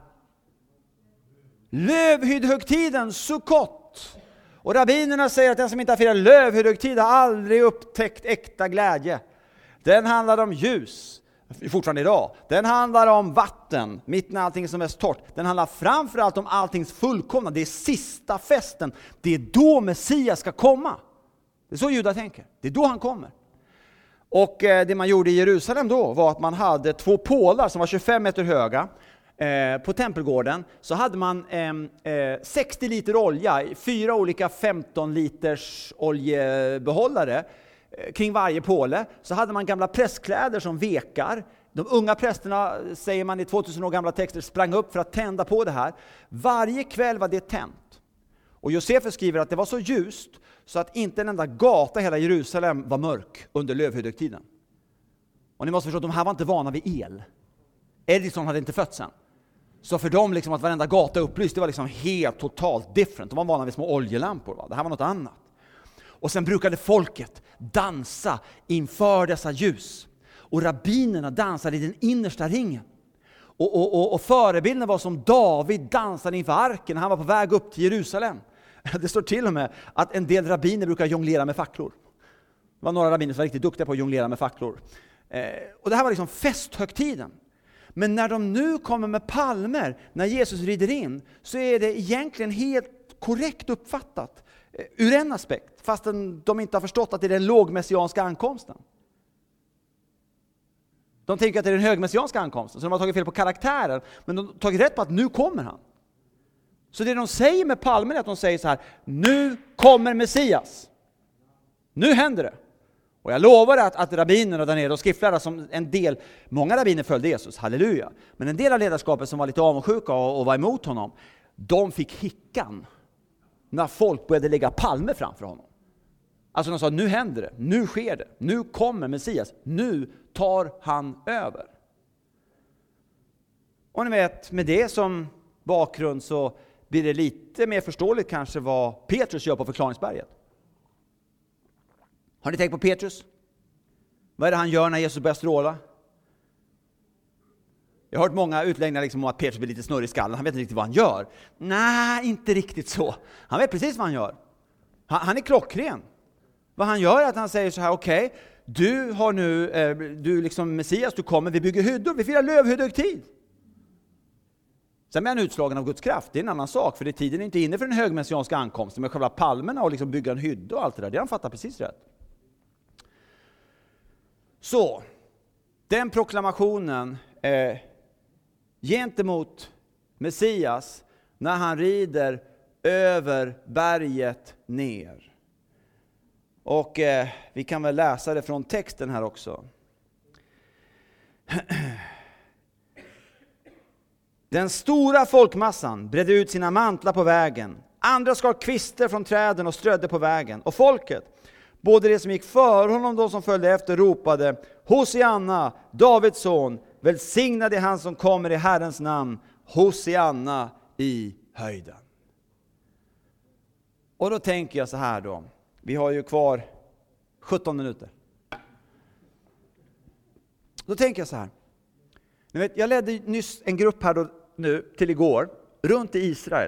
Speaker 1: lövhyddhögtiden, Sukkot. Och rabbinerna säger att den som inte har firat lövhyddhögtid har aldrig upptäckt äkta glädje. Den handlar om ljus, fortfarande idag. Den handlar om vatten, mitt när allting som är mest torrt. Den handlar framförallt om alltings fullkomna. Det är sista festen. Det är då Messias ska komma. Det är så judar tänker. Det är då han kommer. Och det man gjorde i Jerusalem då var att man hade två pålar som var tjugofem meter höga. Eh, på tempelgården så hade man eh, eh, sextio liter olja, fyra olika femton liters oljebehållare eh, kring varje påle. Så hade man gamla prästkläder som vekar. De unga prästerna, säger man i tvåtusen år gamla texter, sprang upp för att tända på det här. Varje kväll var det tänt. Och Josefus skriver att det var så ljust så att inte en enda gata i hela Jerusalem var mörk under lövhyddhögtiden. Och ni måste förstå att de här var inte vana vid el. Edison hade inte fötts än. Så för dem liksom att varenda gata upplyst, det var liksom helt totalt different. De var vana vid små oljelampor. Va? Det här var något annat. Och sen brukade folket dansa inför dessa ljus. Och rabbinerna dansade i den innersta ringen. Och, och, och, och förebilden var som David dansade inför arken när han var på väg upp till Jerusalem. Det står till och med att en del rabbiner brukar jonglera med facklor. Det var några rabbiner som var riktigt duktiga på att jonglera med facklor. Eh, och det här var liksom festhögtiden. Men när de nu kommer med palmer, när Jesus rider in, så är det egentligen helt korrekt uppfattat eh, ur en aspekt, fastän de inte har förstått att det är den lågmessianska ankomsten. De tänker att det är den högmessianska ankomsten, så de har tagit fel på karaktären, men de har tagit rätt på att nu kommer han. Så det de säger med palmen är att de säger så här: nu kommer Messias. Nu händer det. Och jag lovar att, att rabbinerna där nere och skriftlärare, som en del, många rabbiner följde Jesus, halleluja. Men en del av ledarskapet som var lite avundsjuka och, och var emot honom, de fick hickan när folk började lägga palmer framför honom. Alltså de sa, nu händer det, nu sker det, nu kommer Messias, nu tar han över. Och ni vet, med det som bakgrund så blir det lite mer förståeligt kanske vad Petrus gör på förklaringsberget. Har ni tänkt på Petrus? Vad är det han gör när Jesus börjar stråla? Jag har hört många utläggningar liksom om att Petrus blir lite snurrig i skallen. Han vet inte riktigt vad han gör. Nej, inte riktigt så. Han vet precis vad han gör. Han, han är klockren. Vad han gör är att han säger så här: okej, okay, du har nu, eh, du liksom Messias, du kommer, vi bygger hyddor, vi firar lövhyddhögtid. Sen är han utslagen av Guds kraft, det är en annan sak, för det tiden är inte inne för den högmessianska ankomsten med själva palmerna och liksom bygga en hydda och allt det där. Det han fattar precis rätt. Så, den proklamationen eh, gentemot Messias när han rider över berget ner. Och eh, vi kan väl läsa det från texten här också. Den stora folkmassan bredde ut sina mantlar på vägen. Andra skar kvistar från träden och strödde på vägen. Och folket, både de som gick för honom och de som följde efter, ropade: Hosianna, Davids son, välsignad är han som kommer i Herrens namn. Hosianna i höjden. Och då tänker jag så här då. Vi har ju kvar sjutton minuter. Då tänker jag så här. Ni vet, jag ledde nyss en grupp här då, nu till igår, runt i Israel.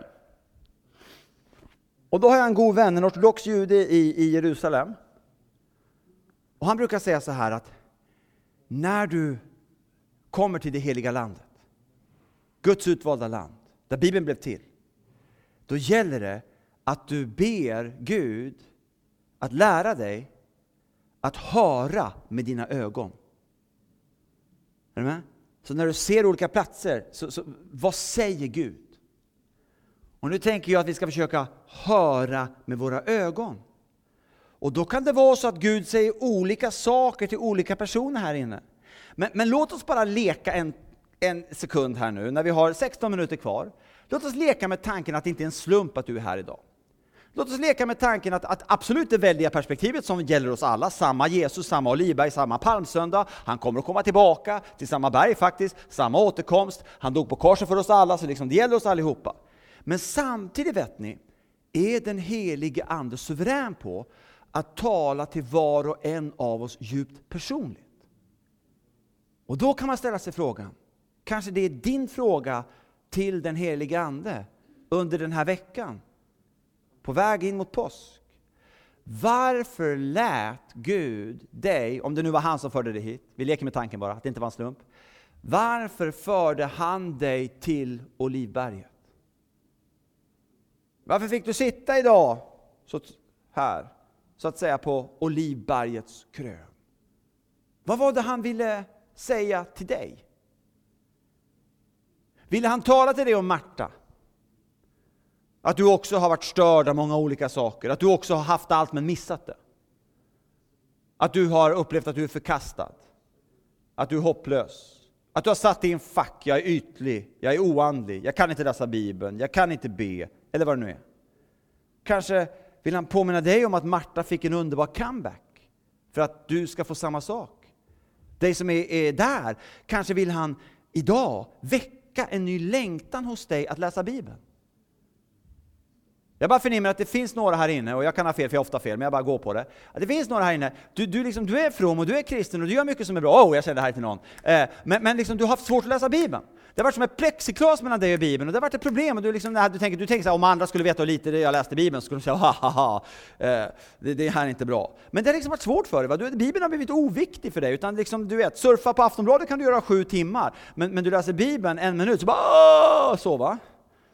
Speaker 1: Och då har jag en god vän, en ortodox jude i, i Jerusalem. Och han brukar säga så här att när du kommer till det heliga landet, Guds utvalda land, där Bibeln blev till, då gäller det att du ber Gud att lära dig att höra med dina ögon. Är du med? Så när du ser olika platser, så, så vad säger Gud? Och nu tänker jag att vi ska försöka höra med våra ögon. Och då kan det vara så att Gud säger olika saker till olika personer här inne. Men, men låt oss bara leka en, en sekund här nu, när vi har sexton minuter kvar. Låt oss leka med tanken att det inte är en slump att du är här idag. Låt oss leka med tanken att, att absolut det väldiga perspektivet som gäller oss alla, samma Jesus, samma Olivberg, samma palmsöndag, han kommer att komma tillbaka till samma berg faktiskt, samma återkomst, han dog på korset för oss alla, så liksom det gäller oss allihopa. Men samtidigt vet ni, är den helige ande suverän på att tala till var och en av oss djupt personligt. Och då kan man ställa sig frågan, kanske det är din fråga till den helige ande under den här veckan, på väg in mot påsk. Varför lät Gud dig, om det nu var han som förde dig hit, vi leker med tanken bara, att det inte var en slump. Varför förde han dig till Olivberget? Varför fick du sitta idag så här, så att säga på Olivbergets krön? Vad var det han ville säga till dig? Ville han tala till dig om Marta? Att du också har varit störd av många olika saker. Att du också har haft allt men missat det. Att du har upplevt att du är förkastad. Att du är hopplös. Att du har satt i en fack. Jag är ytlig. Jag är oandlig. Jag kan inte läsa Bibeln. Jag kan inte be. Eller vad det nu är. Kanske vill han påminna dig om att Marta fick en underbar comeback. För att du ska få samma sak. Dig som är, är där. Kanske vill han idag väcka en ny längtan hos dig att läsa Bibeln. Jag bara förnimmer att det finns några här inne, och jag kan ha fel för jag har ofta fel, men jag bara går på det. Att det finns några här inne, du, du, liksom, du är from och du är kristen och du gör mycket som är bra. Åh, oh, jag säger det här till någon. Eh, men men liksom, du har haft svårt att läsa Bibeln. Det har varit som ett plexiglas mellan dig och Bibeln, och det har varit ett problem. Och du, liksom, du tänker, du tänker så här, om andra skulle veta lite det jag läste Bibeln, så skulle de säga, ha ha ha, eh, det, det här är inte bra. Men det har liksom varit svårt för dig, va? Du, Bibeln har blivit oviktig för dig, utan liksom, du vet, surfa på Aftonbladet kan du göra sju timmar, men, men du läser Bibeln en minut, så bara, åh, så va?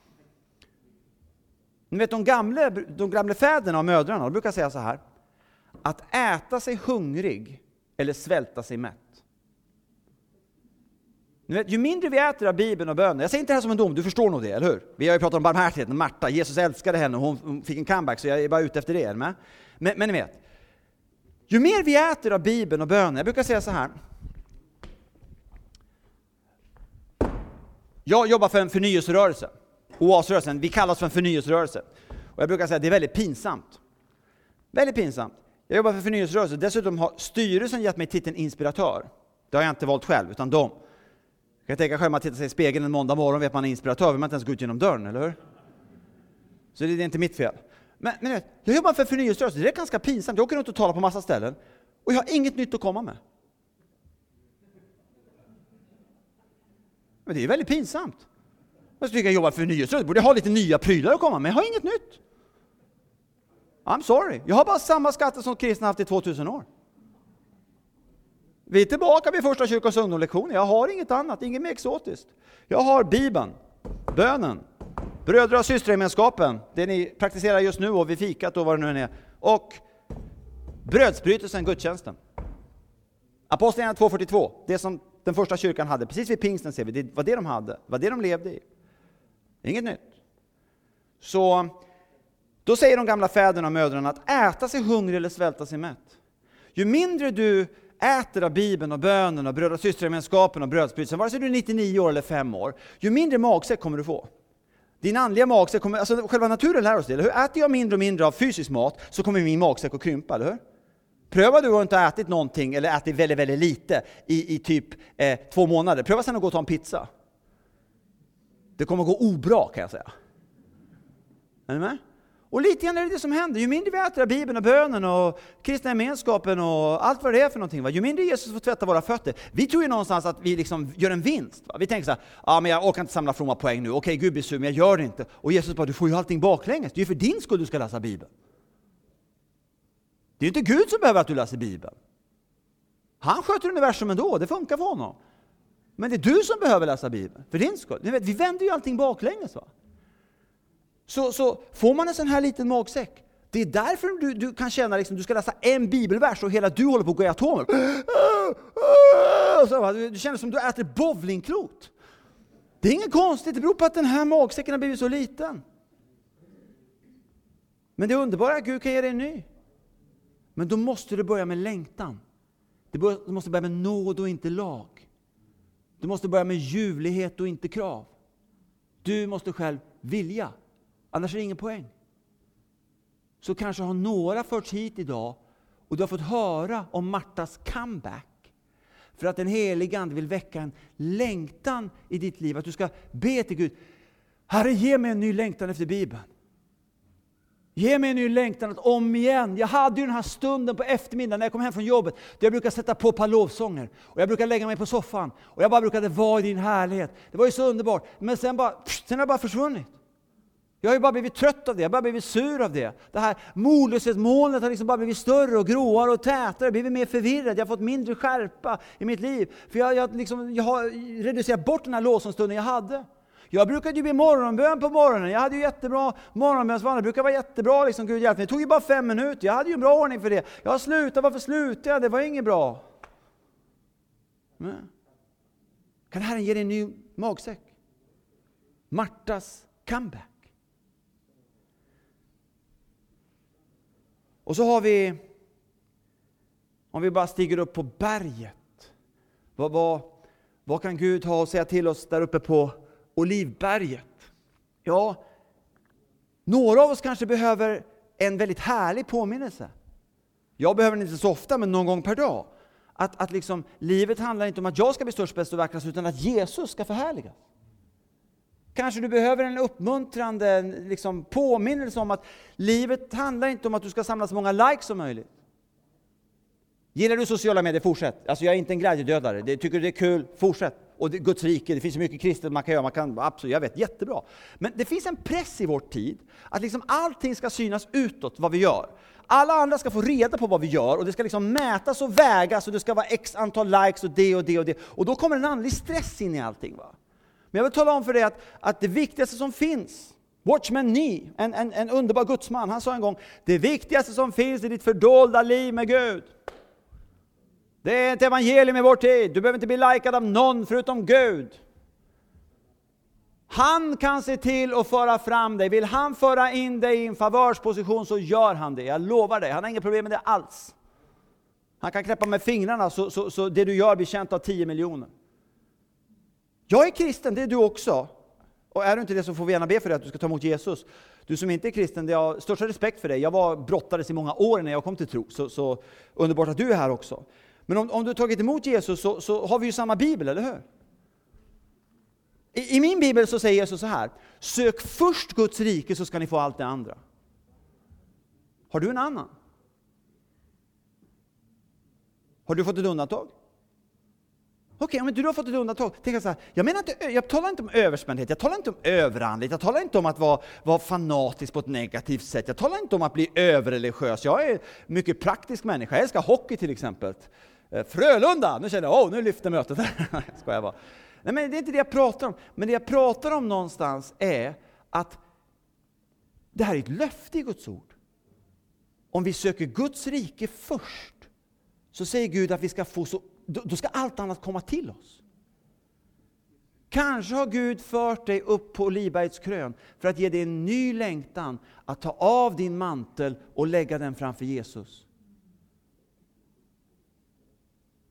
Speaker 1: Ni vet, de gamla, de gamla fäderna och mödrarna, de brukar säga så här: att äta sig hungrig eller svälta sig mätt. Ni vet, ju mindre vi äter av Bibeln och bönen, jag säger inte det här som en dom, du förstår nog det, eller hur? Vi har ju pratat om barmhärtigheten, Marta, Jesus älskade henne och hon fick en comeback, så jag är bara ute efter det. Men, men, men ni vet, ju mer vi äter av Bibeln och bönen, jag brukar säga så här. Jag jobbar för en förnyelserörelse. O A S-rörelsen, vi kallas för en förnyelserörelse. Och jag brukar säga att det är väldigt pinsamt. Väldigt pinsamt. Jag jobbar för förnyelserörelse. Dessutom har styrelsen gett mig titeln inspiratör. Det har jag inte valt själv, utan de. Jag kan tänka själv, man tittar sig i spegeln en måndag morgon, vet man är inspiratör, vill man inte ens gå ut genom dörren, eller hur? Så det är inte mitt fel. Men, men jag jobbar för förnyelserörelse, det är ganska pinsamt. Jag åker runt och talar på massa ställen, och jag har inget nytt att komma med. Men det är väldigt pinsamt. Jag tycker jag jobbar för förnyelserörelse, borde jag ha lite nya prylar att komma med. Jag har inget nytt. I'm sorry. Jag har bara samma skatter som kristna haft i tvåtusen år. Vi är tillbaka vid första kyrkans ungdomslektioner. Jag har inget annat, inget mer exotiskt. Jag har Bibeln, bönen, bröder- och systergemenskapen, det ni praktiserar just nu och vid fikat och vad det nu är, och brödsbrytelsen, gudstjänsten. Apostlagärningarna två fyrtiotvå, det som den första kyrkan hade, precis vid pingsten ser vi, det var det de hade, var det de levde i. Inget nytt. Så då säger de gamla fäderna och mödrarna att äta sig hungrig eller svälta sig mätt. Ju mindre du äter av Bibeln och bönen och bröd- och systergemenskapen och brödsbrytelsen, vare sig du är nittionio år eller fem år, ju mindre magsäck kommer du få. Din andliga magsäck kommer, alltså själva naturen lär oss det, eller hur? Äter jag mindre och mindre av fysisk mat så kommer min magsäck att krympa, eller hur? Prövar du att inte ha ätit någonting eller ätit väldigt, väldigt lite i, i typ eh, två månader, pröva sen att gå och ta en pizza. Det kommer att gå obra, kan jag säga. Är ni med? Och lite grann är det det som händer. Ju mindre vi äter av Bibeln och bönen och kristna gemenskapen och allt vad det är för någonting, va? Ju mindre Jesus får tvätta våra fötter. Vi tror ju någonstans att vi liksom gör en vinst. Va? Vi tänker så här, ja, men jag orkar inte samla fromma poäng nu. Okej, Gud blir sur, men jag gör det inte. Och Jesus bara, du får ju allting baklänges. Det är ju för din skull du ska läsa Bibeln. Det är ju inte Gud som behöver att du läser Bibeln. Han sköter universum ändå, det funkar för honom. Men det är du som behöver läsa Bibeln, för din skull. Ni vet, vi vänder ju allting baklänges, va? Så, så får man en sån här liten magsäck, det är därför du, du kan känna liksom, du ska läsa en bibelvers och hela du håller på att gå i atomer. Så, du känner som du äter bowlingklot. Det är inget konstigt, det beror på att den här magsäcken har blivit så liten. Men det är underbara att Gud kan ge dig en ny. Men då måste du börja med längtan. Du måste börja med nåd och inte lag. Du måste börja med ljuvlighet och inte krav. Du måste själv vilja. Annars är det ingen poäng. Så kanske har några förts hit idag och du har fått höra om Martas comeback. För att den helige Ande vill väcka en längtan i ditt liv. Att du ska be till Gud. Herre, ge mig en ny längtan efter Bibeln. Ge mig en ny längtan att om igen. Jag hade ju den här stunden på eftermiddagen när jag kom hem från jobbet. Där jag brukar sätta på ett par lovsånger. Och jag brukar lägga mig på soffan. Och jag bara brukade vara i din härlighet. Det var ju så underbart. Men sen, bara, sen har det bara försvunnit. Jag har ju bara blivit trött av det. Jag har bara blivit sur av det. Det här modlöshetsmolnet har liksom bara blivit större och gråare och tätare. Jag har blivit mer förvirrad. Jag har fått mindre skärpa i mitt liv. För jag, jag, liksom, jag har reducerat bort den här lovsångsstunden jag hade. Jag brukade ju be morgonbön på morgonen. Jag hade ju jättebra morgonbönsvanor. Det brukar vara jättebra, liksom, Gud hjälp mig. Det tog ju bara fem minuter. Jag hade ju en bra ordning för det. Jag slutade, varför slutade jag? Det var inget bra. Men. Kan Herren ge dig en ny magsäck? Martas comeback. Och så har vi, om vi bara stiger upp på berget. Vad, vad, vad kan Gud ha att säga till oss där uppe på Olivberget? Ja, några av oss kanske behöver en väldigt härlig påminnelse. Jag behöver den inte så ofta, men någon gång per dag. Att, att liksom, livet handlar inte om att jag ska bli störst, bäst och vackrast, utan att Jesus ska förhärligas. Kanske du behöver en uppmuntrande liksom, påminnelse om att livet handlar inte om att du ska samla så många likes som möjligt. Gillar du sociala medier, fortsätt. Alltså jag är inte en glädjedödare. Det, tycker du det är kul, fortsätt. Och det, Guds rike, det finns så mycket kristet man kan göra. Man kan, absolut, jag vet, jättebra. Men det finns en press i vår tid att liksom allting ska synas utåt vad vi gör. Alla andra ska få reda på vad vi gör och det ska liksom mätas och vägas och det ska vara x antal likes och det och det och det. Och då kommer en andlig stress in i allting, va? Men jag vill tala om för dig att, att det viktigaste som finns, Watchman Nee, en, en, en underbar gudsman, han sa en gång, det viktigaste som finns i ditt fördolda liv med Gud. Det är ett evangelium i vår tid. Du behöver inte bli likad av någon förutom Gud. Han kan se till att föra fram dig. Vill han föra in dig i en favörsposition så gör han det. Jag lovar dig, han har inga problem med det alls. Han kan knäppa med fingrarna så, så, så det du gör blir känt av tio miljoner. Jag är kristen, det är du också. Och är du inte det så får vi gärna be för dig att du ska ta emot Jesus. Du som inte är kristen, jag har största respekt för dig. Jag var brottades i många år när jag kom till tro. Så, så underbart att du är här också. Men om, om du har tagit emot Jesus så, så har vi ju samma bibel, eller hur? I, I min bibel så säger Jesus så här. Sök först Guds rike så ska ni få allt det andra. Har du en annan? Har du fått ett undantag? Okej, okay, men du har fått ett undantag. Tänk så här, jag, menar inte, jag talar inte om överspändhet, jag talar inte om överandligt, jag talar inte om att vara, vara fanatisk på ett negativt sätt, jag talar inte om att bli överreligiös. Jag är mycket praktisk människa, jag älskar hockey till exempel. Frölunda, nu känner jag, åh, nu lyfter mötet. Ska jag vara. Nej, men det är inte det jag pratar om. Men det jag pratar om någonstans är att det här är ett löfte i Guds ord. Om vi söker Guds rike först så säger Gud att vi ska få så, då ska allt annat komma till oss. Kanske har Gud fört dig upp på Olivbergets krön för att ge dig en ny längtan att ta av din mantel och lägga den framför Jesus.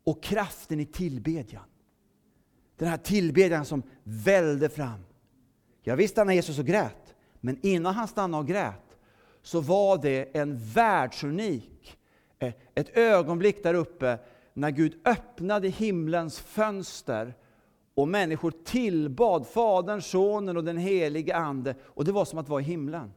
Speaker 1: och kraften i tillbedjan. Den här tillbedjan som välde fram. Jag visste när Jesus och grät, men innan han stannade och grät så var det en världsunik, ett ögonblick där uppe när Gud öppnade himlens fönster och människor tillbad Fadern, Sonen och den helige Ande, och det var som att vara i himlen.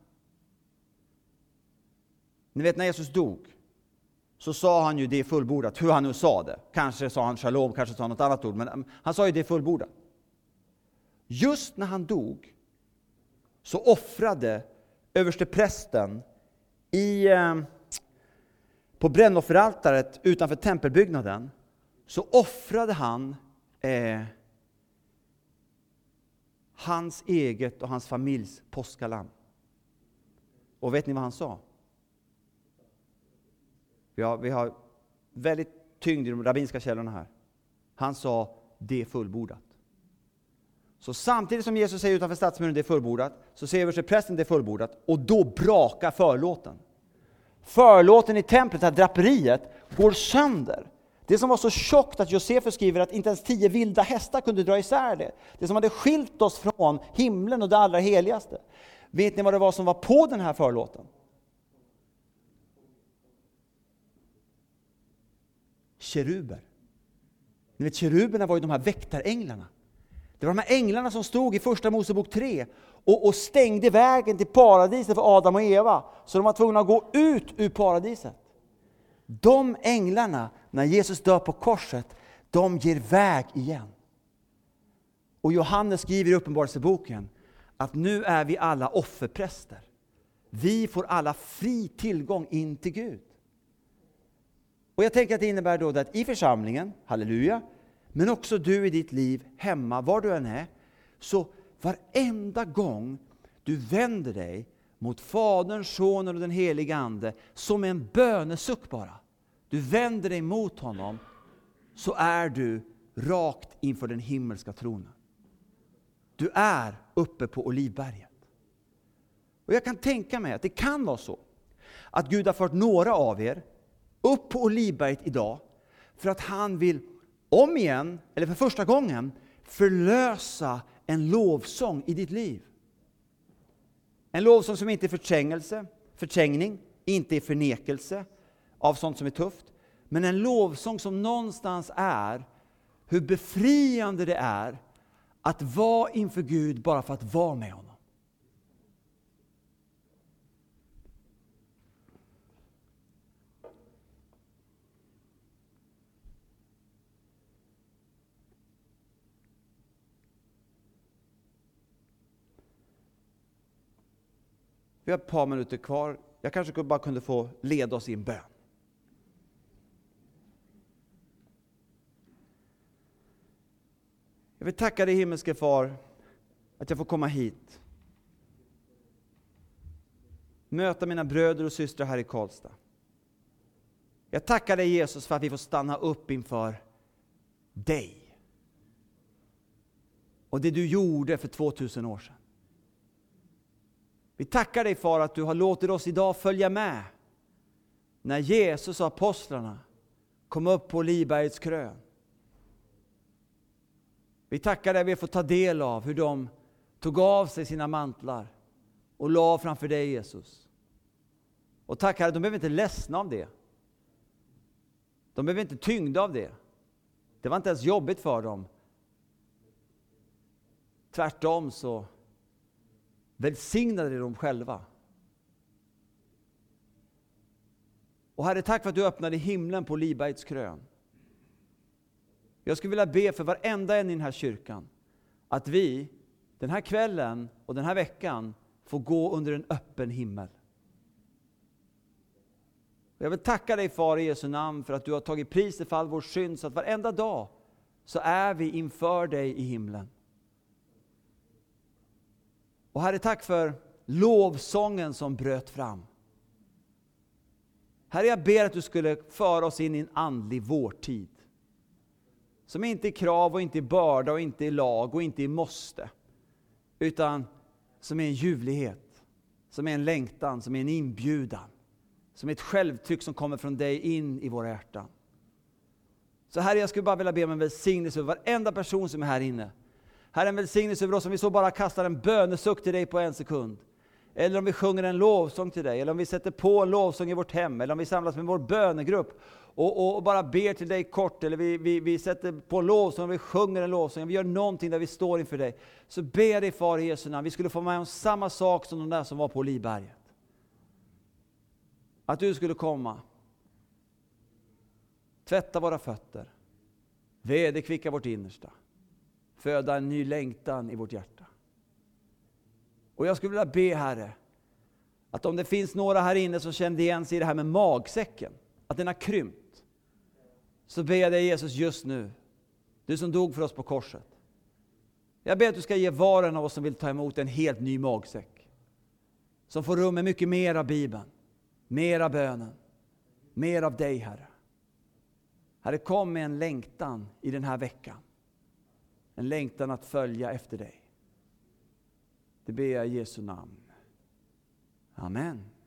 Speaker 1: Ni vet, när Jesus dog så sa han ju det är fullbordat, hur han nu sa det. Kanske sa han shalom, kanske sa han något annat ord, men han sa ju det är fullbordat. Just när han dog så offrade översteprästen i, eh, på brännofferaltaret utanför tempelbyggnaden, så offrade han eh, hans eget och hans familjs påskalamm. Och vet ni vad han sa? Vi har, vi har väldigt tyngd i de rabbinska källorna här. Han sa, det är fullbordat. Så samtidigt som Jesus säger utanför stadsmuren det är fullbordat, så säger översteprästen det är fullbordat, och då brakar förlåten. Förlåten i templet, här draperiet, går sönder. Det som var så tjockt att Josefus skriver att inte ens tio vilda hästar kunde dra isär det. Det som hade skilt oss från himlen och det allra heligaste. Vet ni vad det var som var på den här förlåten? Keruber. Ni vet, keruberna var ju de här väktaränglarna. Det var de här änglarna som stod i första Mosebok tre och, och stängde vägen till paradiset för Adam och Eva. Så de var tvungna att gå ut ur paradiset. De änglarna, när Jesus dör på korset, de ger väg igen. Och Johannes skriver i Uppenbarelseboken att nu är vi alla offerpräster. Vi får alla fri tillgång in till Gud. Och jag tänker att det innebär då att i församlingen, halleluja, men också du i ditt liv hemma, var du än är, så varenda gång du vänder dig mot Fadern, Sonen och den helige Ande som en bönesuck bara. Du vänder dig mot honom, så är du rakt inför den himmelska tronen. Du är uppe på Olivberget. Och jag kan tänka mig att det kan vara så att Gud har fört några av er upp på Olivberget idag för att han vill om igen, eller för första gången, förlösa en lovsång i ditt liv. En lovsång som inte är förträngelse, förträngning, inte är förnekelse av sånt som är tufft, men en lovsång som någonstans är hur befriande det är att vara inför Gud bara för att vara med honom. Vi har ett par minuter kvar. Jag kanske bara kunde få leda oss i en bön. Jag vill tacka dig, himmelske far, att jag får komma hit. Möta mina bröder och systrar här i Karlstad. Jag tackar dig, Jesus, för att vi får stanna upp inför dig. Och det du gjorde för tvåtusen år sedan. Vi tackar dig, far, att du har låtit oss idag följa med när Jesus och apostlarna kom upp på Olivbergets krön. Vi tackar dig att vi får ta del av hur de tog av sig sina mantlar och la framför dig, Jesus. Och tackar dig, de behöver inte ledsna av det. De behöver inte tyngda av det. Det var inte ens jobbigt för dem. Tvärtom så välsignade de själva. Och Herre, tack för att du öppnade himlen på Olivbergets krön. Jag skulle vilja be för varenda en i den här kyrkan att vi den här kvällen och den här veckan får gå under en öppen himmel. Jag vill tacka dig, far, i Jesu namn, för att du har tagit priset för all vår synd, så att varenda dag så är vi inför dig i himlen. Och Herre, tack för lovsången som bröt fram. Herre, jag ber att du skulle föra oss in i en andlig vårtid. Som inte är krav och inte är börda och inte är lag och inte är måste. Utan som är en ljuvlighet. Som är en längtan, som är en inbjudan. Som är ett självtryck som kommer från dig in i våra hjärtan. Så Herre, jag skulle bara vilja be om en välsignelse över varenda person som är här inne. Herre, en välsignelse över oss om vi så bara kastar en bönesuck till dig på en sekund. Eller om vi sjunger en lovsång till dig. Eller om vi sätter på en lovsång i vårt hem. Eller om vi samlas med vår bönegrupp. Och, och, och bara ber till dig kort. Eller vi, vi, vi sätter på en lovsång och vi sjunger en lovsång. Vi gör någonting där vi står inför dig. Så ber dig, Far, i Jesu namn. Vi skulle få med om samma sak som de där som var på Olivberget. Att du skulle komma. Tvätta våra fötter. Vederkvicka vårt innersta. Föda en ny längtan i vårt hjärta. Och jag skulle vilja be, Herre, att om det finns några här inne som kände igen sig i det här med magsäcken, att den har krympt, så ber jag dig, Jesus, just nu, du som dog för oss på korset. Jag ber att du ska ge var och en av oss som vill ta emot en helt ny magsäck. Som får rum med mycket mer av Bibeln, mer av bönen, mer av dig, Herre. Herre, kom med en längtan i den här veckan. En längtan att följa efter dig. Det ber jag i Jesu namn. Amen.